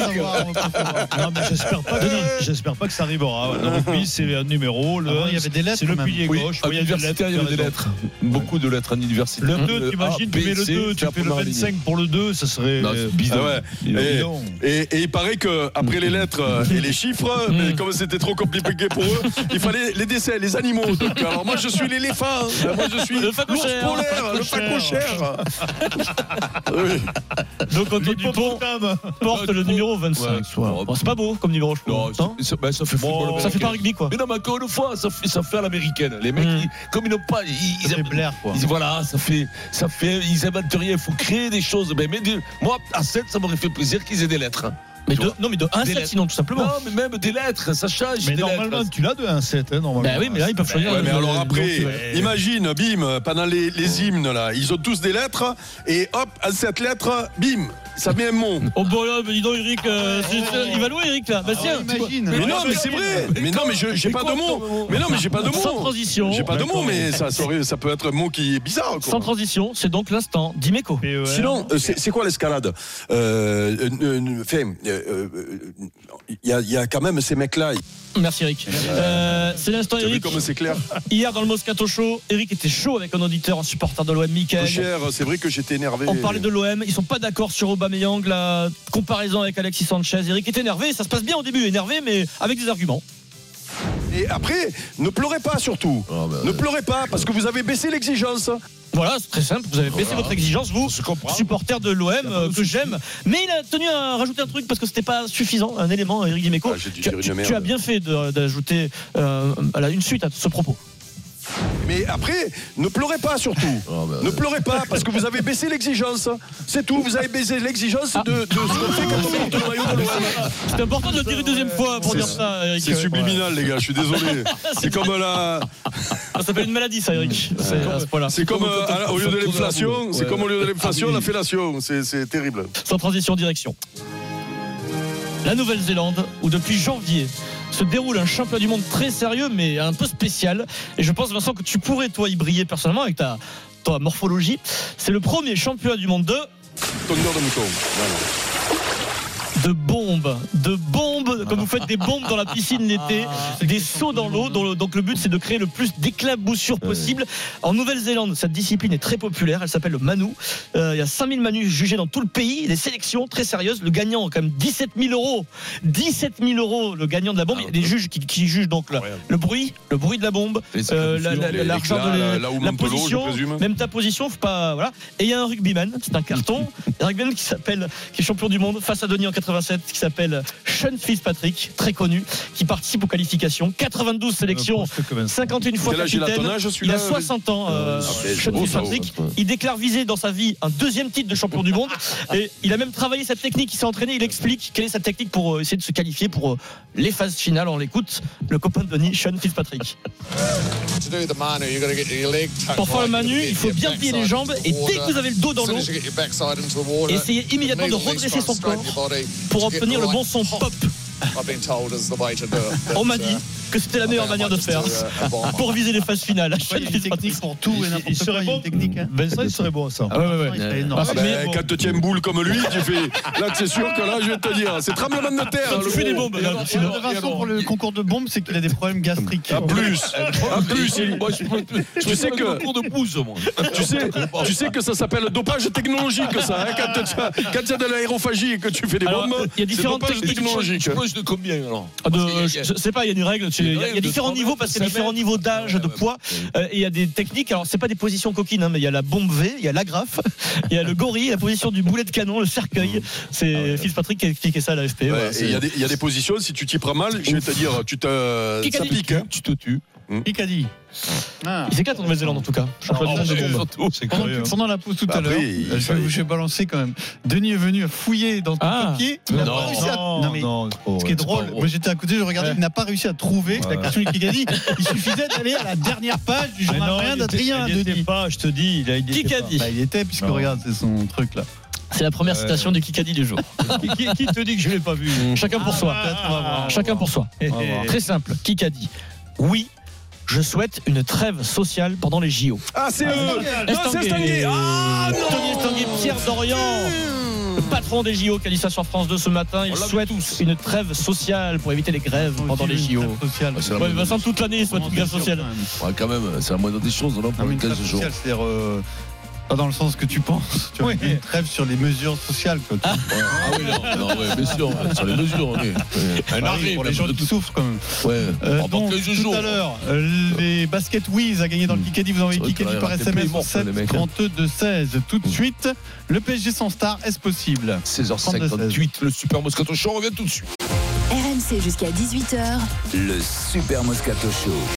Speaker 5: non, mais j'espère pas, que, j'espère pas que ça arrivera. Le rugby, c'est un numéro. Le,
Speaker 6: ah, il y avait des lettres.
Speaker 5: C'est le pilier
Speaker 3: oui,
Speaker 5: gauche.
Speaker 3: À l'université, il y avait des lettres. Beaucoup de lettres en université.
Speaker 5: Le deux, tu imagines, tu mets le deux, tu fais le vingt-cinq pour le deux, ça serait
Speaker 4: bizarre. Et il paraît qu'après les lettres et les chiffres, mais comme c'était trop compliqué pour eux, il fallait les dessins, les animaux. Alors moi, je suis l'éléphant. Moi, je suis l'ours polaire, le facochère.
Speaker 7: Oui. Donc Antoine Dupont porte le numéro vingt-cinq. Ouais, bon, c'est pas beau comme numéro, je
Speaker 3: pense. Non, ça, ben, ça fait bon,
Speaker 7: ça fait pas rugby quoi.
Speaker 3: Mais non, mais encore une fois, ça fait, ça fait à l'américaine. Les mecs, mm. ils, comme ils n'ont pas, ils,
Speaker 5: ils aiment blaire quoi.
Speaker 3: Ils, voilà, ça fait, ça fait, ils inventent rien. Il faut créer des choses. Ben, mais moi, à sept, ça m'aurait fait plaisir qu'ils aient des lettres. Hein.
Speaker 7: Mais de, non, mais de un à sept sinon, tout simplement.
Speaker 3: Non, mais même des lettres, ça change.
Speaker 5: Mais normalement, lettres. Tu l'as de un à sept, hein, normalement.
Speaker 7: Ben oui, mais là, ils peuvent choisir.
Speaker 4: Ouais, mais alors après, donc, imagine, bim, pendant les, les hymnes, là, ils ont tous des lettres, et hop, à cette lettre, bim, ça met un mot.
Speaker 7: Oh, bon, là, mais dis donc, Eric, euh, il va loin, Eric, là. Bah, tiens,
Speaker 6: ah, imagine.
Speaker 4: Mais, mais non, mais c'est vrai. Mais non, mais je, j'ai pas de mots. Mais non, mais j'ai pas de mots.
Speaker 7: Sans transition.
Speaker 4: J'ai pas de mots, mais ça, ça, ça peut être un mot qui est bizarre, quoi.
Speaker 7: Sans transition, c'est donc l'instant d'Imeco.
Speaker 4: Sinon, c'est, c'est quoi l'escalade? Euh, euh, fait, euh, il y, y a quand même ces mecs-là.
Speaker 7: Merci Eric. Euh, c'est l'instant Eric.
Speaker 4: Comme c'est clair.
Speaker 7: Hier dans le Moscato Show, Eric était chaud avec un auditeur, un supporter de l'O M, Mickaël.
Speaker 4: Cher, c'est vrai que j'étais énervé.
Speaker 7: On parlait de l'O M, ils sont pas d'accord sur Aubameyang, la comparaison avec Alexis Sanchez. Eric est énervé, ça se passe bien au début, énervé, mais avec des arguments.
Speaker 4: Et après, ne pleurez pas surtout. Oh bah, ne pleurez pas parce que vous avez baissé l'exigence.
Speaker 7: Voilà, c'est très simple, vous avez baissé voilà. votre exigence, vous, supporter de l'O M, euh, que j'aime. Mais il a tenu à rajouter un truc parce que c'était pas suffisant, un élément, Eric Dimeco. Ah, tu, tu, tu as bien fait de, d'ajouter euh, une suite à ce propos.
Speaker 4: Mais après, ne pleurez pas surtout. Oh bah, ne pleurez pas parce que vous avez baissé l'exigence. C'est tout, vous avez baissé l'exigence de, de ce qu'on fait quand on porte le maillot de l'O M.
Speaker 7: C'est important de le dire une deuxième fois pour
Speaker 4: c'est,
Speaker 7: dire ça, Eric.
Speaker 4: C'est subliminal, les gars, je suis désolé. C'est comme la.
Speaker 7: Ça s'appelle une maladie, ça, Eric. C'est,
Speaker 4: à ce point-là. C'est comme, comme euh, au lieu de l'inflation, ouais. c'est comme au lieu de l'inflation, la fellation. C'est, c'est terrible.
Speaker 7: Sans transition, direction. La Nouvelle-Zélande, où depuis janvier se déroule un championnat du monde très sérieux mais un peu spécial, et je pense Vincent que tu pourrais toi y briller personnellement avec ta, ta morphologie. C'est le premier championnat du monde de
Speaker 4: Tonnerre de mouton. Voilà.
Speaker 7: De bombes, de bombes, comme vous faites des bombes dans la piscine l'été, des sauts dans l'eau. Donc le but c'est de créer le plus d'éclaboussures possible. En Nouvelle-Zélande, cette discipline est très populaire. Elle s'appelle le Manu. Euh, il y a cinq mille Manus jugés dans tout le pays. Des sélections très sérieuses. Le gagnant, quand même dix-sept mille euros. dix-sept mille euros le gagnant de la bombe. Il y a des juges qui, qui jugent donc le, le bruit, le bruit de la bombe, euh, la, la, la, l'argent de la, la position, même ta position. Faut pas, voilà. Et il y a un rugbyman, c'est un carton. Un rugbyman qui s'appelle, qui est champion du monde face à Denis en quatre-vingt-sept, qui s'appelle Sean Fitzpatrick, très connu, qui participe aux qualifications. quatre-vingt-douze sélections, cinquante et une fois capitaine. Il a soixante ans, euh, Sean Fitzpatrick. Il déclare viser dans sa vie un deuxième titre de champion du monde. Et il a même travaillé cette technique, il s'est entraîné, il explique quelle est sa technique pour essayer de se qualifier pour les phases finales. On l'écoute, le copain de Denis, Sean Fitzpatrick. Pour faire le Manu, il faut bien plier les jambes et dès que vous avez le dos dans l'eau, essayez immédiatement de redresser son corps pour obtenir le bon son pop. On m'a dit que c'était la meilleure manière de faire pour viser les phases finales.
Speaker 6: Il y a une technique pour tout et n'importe quoi. Il y a une technique. hein.
Speaker 5: Vincent, il serait bon, ça.
Speaker 7: Ah ouais, ouais,
Speaker 6: Il
Speaker 7: ouais.
Speaker 6: serait énorme.
Speaker 7: Ah,
Speaker 4: Ben,
Speaker 7: mais-
Speaker 4: quand tu tiens une boule comme lui, tu fais. Là, c'est sûr que là, je vais te dire, c'est tremblement de terre.
Speaker 7: Quand
Speaker 4: le
Speaker 7: tu fais des
Speaker 4: gros.
Speaker 7: bombes,
Speaker 6: Et
Speaker 7: là,
Speaker 6: alors,
Speaker 7: sinon-
Speaker 6: de Vincent, pour le concours de bombes, c'est qu'il a des problèmes gastriques.
Speaker 4: En plus, en plus, il-
Speaker 3: Moi, je
Speaker 4: tu
Speaker 3: je
Speaker 4: sais
Speaker 3: fais
Speaker 4: que-
Speaker 3: le concours de pouce, moi.
Speaker 4: tu sais, tu sais que ça s'appelle dopage technologique, ça. hein, quand tu as, quand tu as de l'aérophagie et que tu fais des
Speaker 7: Alors,
Speaker 4: bombes,
Speaker 7: il y a
Speaker 4: c'est
Speaker 7: différentes
Speaker 4: dopage
Speaker 7: techniques.
Speaker 4: technologique.
Speaker 3: Tu poses de combien alors
Speaker 7: Ah, de-
Speaker 3: Parce qu'il y a-
Speaker 7: je sais pas, il y a une règle. tu-
Speaker 3: Il y a
Speaker 7: Il
Speaker 3: une
Speaker 7: y a, il y a
Speaker 3: règle de
Speaker 7: différents
Speaker 3: trois
Speaker 7: niveaux
Speaker 3: mètres,
Speaker 7: parce qu'il y a
Speaker 3: cinq
Speaker 7: différents
Speaker 3: mètres.
Speaker 7: niveaux d'âge,
Speaker 3: Ouais,
Speaker 7: de
Speaker 3: ouais,
Speaker 7: poids.
Speaker 3: ouais.
Speaker 7: Euh, et il y a des techniques. Alors, c'est pas des positions coquines, hein, mais il y a la bombe V, il y a l'agrafe, il y a le gorille, la position du boulet de canon, le cercueil. C'est Fitzpatrick qui a expliqué ça à l'A F P.
Speaker 4: Ouais,
Speaker 7: voilà,
Speaker 4: et
Speaker 7: c'est-
Speaker 4: il y, a des- il y a des positions, si tu t'y prends mal, je vais te dire, tu te,
Speaker 7: Qui qu'a
Speaker 4: ça
Speaker 7: dit
Speaker 4: pique. Hein.
Speaker 3: Tu te tues.
Speaker 6: Qui qu'a dit Ah.
Speaker 7: Il s'éclate en Nouvelle-Zélande en tout cas. Championnat du monde de
Speaker 3: c'est-
Speaker 7: bombe.
Speaker 5: C'est
Speaker 6: Pendant,
Speaker 5: curieux.
Speaker 6: pendant la pause tout
Speaker 4: Bah
Speaker 6: à
Speaker 4: après,
Speaker 6: l'heure,
Speaker 4: il
Speaker 6: je,
Speaker 4: fallait-
Speaker 6: vais, je vais balancer quand même. Denis est venu fouiller dans ton
Speaker 7: Ah.
Speaker 6: papier. Il n'a
Speaker 3: Non,
Speaker 6: pas réussi à.
Speaker 5: Non,
Speaker 6: Non, mais
Speaker 5: non, c'est pas
Speaker 6: ce qui est
Speaker 5: vrai,
Speaker 6: drôle,
Speaker 5: c'est pas
Speaker 6: moi j'étais à côté, je regardais,
Speaker 5: Ouais.
Speaker 6: il n'a pas réussi à trouver la
Speaker 5: Ouais.
Speaker 6: question du Kikadi. Il suffisait d'aller à la dernière page du
Speaker 5: Mais
Speaker 6: journal
Speaker 5: non,
Speaker 6: moyen
Speaker 5: il était-
Speaker 6: d'Adrien
Speaker 5: il était
Speaker 6: Denis.
Speaker 5: pas, je te dis, il a il était
Speaker 7: Qui a
Speaker 5: pas.
Speaker 7: dit
Speaker 6: Bah, il était, puisque
Speaker 5: Non.
Speaker 6: regarde, c'est son truc là.
Speaker 7: C'est la première
Speaker 5: Ouais.
Speaker 7: citation du Kikadi du jour.
Speaker 5: Qui, qui- qui te dit que je l'ai pas vu
Speaker 7: Chacun pour soi.
Speaker 6: Peut-être, on va voir.
Speaker 7: Chacun pour soi.
Speaker 5: Eh,
Speaker 6: On va voir.
Speaker 7: Très simple. Kikadi. Oui, je souhaite une trêve sociale pendant les J O.
Speaker 4: Ah, c'est eux. Non, c'est
Speaker 7: Estanguet.
Speaker 4: Estanguet. Ah, non.
Speaker 7: Tony Estanguet, Pierre Dorian, le patron des J O qui a dit ça sur France deux ce matin. Il
Speaker 3: On l'a vu
Speaker 7: souhaite
Speaker 3: tous.
Speaker 7: une trêve sociale pour éviter les grèves pendant les J O.
Speaker 6: Social.
Speaker 3: Ouais, c'est la
Speaker 7: Ouais,
Speaker 3: moindre
Speaker 7: Vincent,
Speaker 3: des
Speaker 7: toute l'année, il souhaite une grève sociale.
Speaker 3: Ouais, quand même, c'est la moindre des choses, non,
Speaker 6: Non,
Speaker 3: pour
Speaker 6: mais
Speaker 3: les
Speaker 6: une
Speaker 3: quinze
Speaker 6: trêve
Speaker 3: jours.
Speaker 6: sociale, c'est-à-dire euh, pas dans le sens que tu penses. Tu vois,
Speaker 5: Oui.
Speaker 6: une trêve sur les mesures sociales. Quoi.
Speaker 3: Ouais. Ah oui, non, non, ouais, bien sûr, ouais, sur les mesures, oui. Un
Speaker 6: Bah oui,
Speaker 3: arrêt
Speaker 6: pour
Speaker 3: la
Speaker 6: les gens
Speaker 3: de
Speaker 6: qui
Speaker 3: tout.
Speaker 6: souffrent quand même.
Speaker 3: Ouais,
Speaker 6: Euh,
Speaker 3: on
Speaker 6: donc,
Speaker 3: porte les
Speaker 6: tout
Speaker 3: jours.
Speaker 6: à l'heure, euh, les baskets Wiz a gagné dans le Kikadi. Vous envoyez
Speaker 3: C'est vrai
Speaker 6: Kikadi
Speaker 3: que
Speaker 6: par
Speaker 3: là,
Speaker 6: S M S
Speaker 3: t'es
Speaker 6: au
Speaker 3: morts,
Speaker 6: sept
Speaker 3: les mecs, hein.
Speaker 6: trente-deux seize. Tout de suite, le P S G sans star, est-ce possible
Speaker 3: seize heures cinquante-huit, le Super Moscato Show, on revient tout de suite.
Speaker 1: R M C jusqu'à dix-huit heures.
Speaker 2: Le Super Moscato Show.